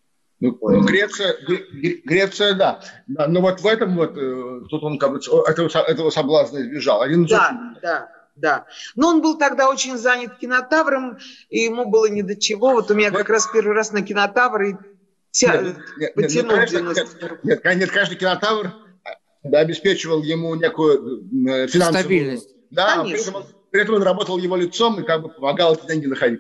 Греция, да. Но вот в этом тут он этого соблазна избежал. Да. Но он был тогда очень занят Кинотавром, и ему было ни до чего. Вот у меня как раз первый раз на Кинотавр потянул 90. Нет, каждый Кинотавр обеспечивал ему некую финансовую Да, при этом он работал его лицом и как бы помогал эти деньги находить.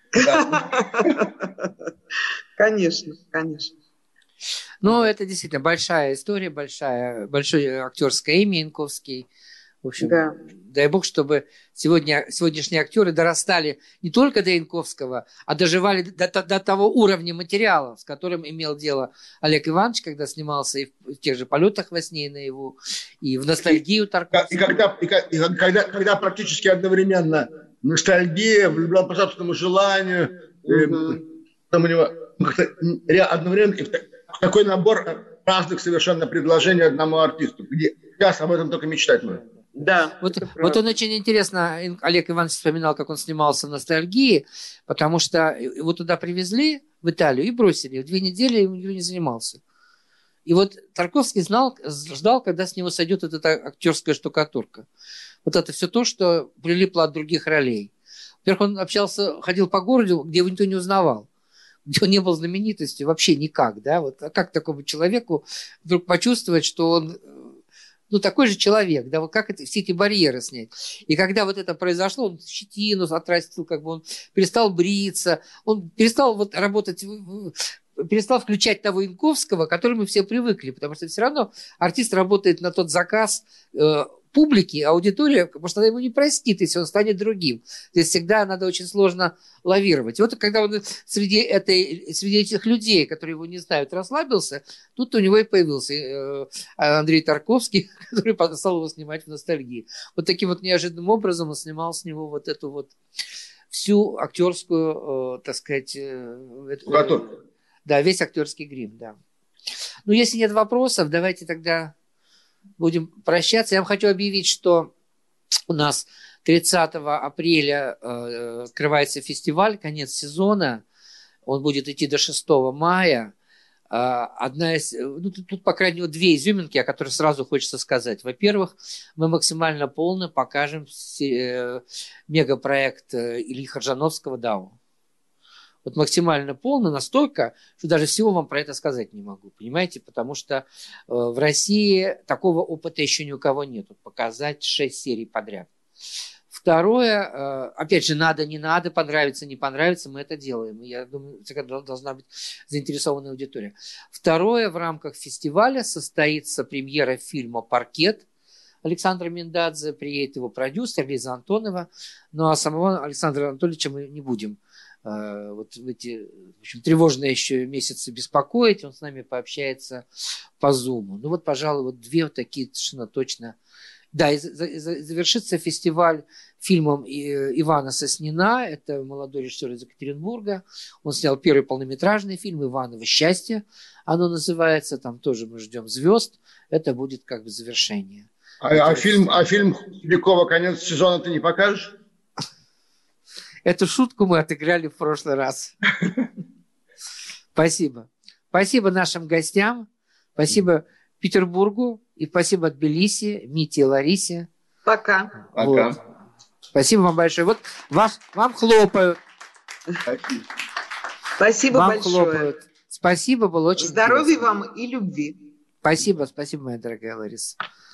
Конечно, конечно. Ну, это действительно большая история, большое актерское имя Янковский. В общем, Да. дай бог, чтобы сегодняшние актеры дорастали не только до Янковского, а доживали до того уровня материала, с которым имел дело Олег Иванович, когда снимался и в тех же «Полетах во сне и наяву», и в «Ностальгию» Тарковского. И когда практически одновременно ностальгия, влюблен по собственному желанию, там у него одновременно такой набор разных совершенно предложений одному артисту, где сейчас об этом только мечтать можно. Да. Вот он очень интересно, Олег Иванович вспоминал, как он снимался в «Ностальгии», потому что его туда привезли, в Италию, и бросили. В 2 недели он не занимался. И вот Тарковский ждал, когда с него сойдет эта актерская штукатурка. Вот это все то, что прилипло от других ролей. Во-первых, он ходил по городу, где его никто не узнавал, где он не был знаменитостью вообще никак. Да? Вот, а как такому человеку вдруг почувствовать, что он такой же человек, да, вот как все эти барьеры снять. И когда вот это произошло, он щетину отрастил, как бы он перестал бриться, он перестал работать, перестал включать того Янковского, к которому мы все привыкли, потому что все равно артист работает на тот заказ публики, аудитория, потому что она ему не простит, если он станет другим. Здесь всегда надо очень сложно лавировать. И вот когда он среди этих людей, которые его не знают, расслабился, тут у него и появился Андрей Тарковский, который стал его снимать в «Ностальгии». Вот таким вот неожиданным образом он снимал с него вот эту вот всю актерскую, так сказать, да, весь актерский грим, да. Ну, если нет вопросов, давайте тогда будем прощаться. Я вам хочу объявить, что у нас 30 апреля открывается фестиваль, конец сезона. Он будет идти до 6 мая. Тут, по крайней мере, 2 изюминки, о которых сразу хочется сказать. Во-первых, мы максимально полно покажем мегапроект Ильи Харжановского «Дау». Вот максимально полно, настолько, что даже всего вам про это сказать не могу, понимаете? Потому что в России такого опыта еще ни у кого нет. Показать 6 серий подряд. Второе, опять же, надо, не надо, понравится, не понравится, мы это делаем. Я думаю, всегда должна быть заинтересованная аудитория. Второе, в рамках фестиваля состоится премьера фильма «Паркет» Александра Миндадзе, приедет его продюсер Лиза Антонова, ну а самого Александра Анатольевича мы не будем вот в эти, в общем, тревожные еще месяцы беспокоить, он с нами пообщается по Зуму. Ну вот, пожалуй, вот 2 вот такие совершенно точно. Да, и завершится фестиваль фильмом Ивана Соснина, это молодой режиссер из Екатеринбурга. Он снял первый полнометражный фильм «Иваново счастье», оно называется, там тоже мы ждем звезд, это будет как бы завершение. А фильм Худякова «Конец сезона» ты не покажешь? Эту шутку мы отыграли в прошлый раз. Спасибо. Спасибо нашим гостям. Спасибо Петербургу. И спасибо Тбилиси, Мите и Ларисе. Пока. Вот. Спасибо вам большое. Вот вам хлопают. Спасибо вам большое. Хлопают. Спасибо, было очень Здоровья интересно. вам и любви. Спасибо, моя дорогая Лариса.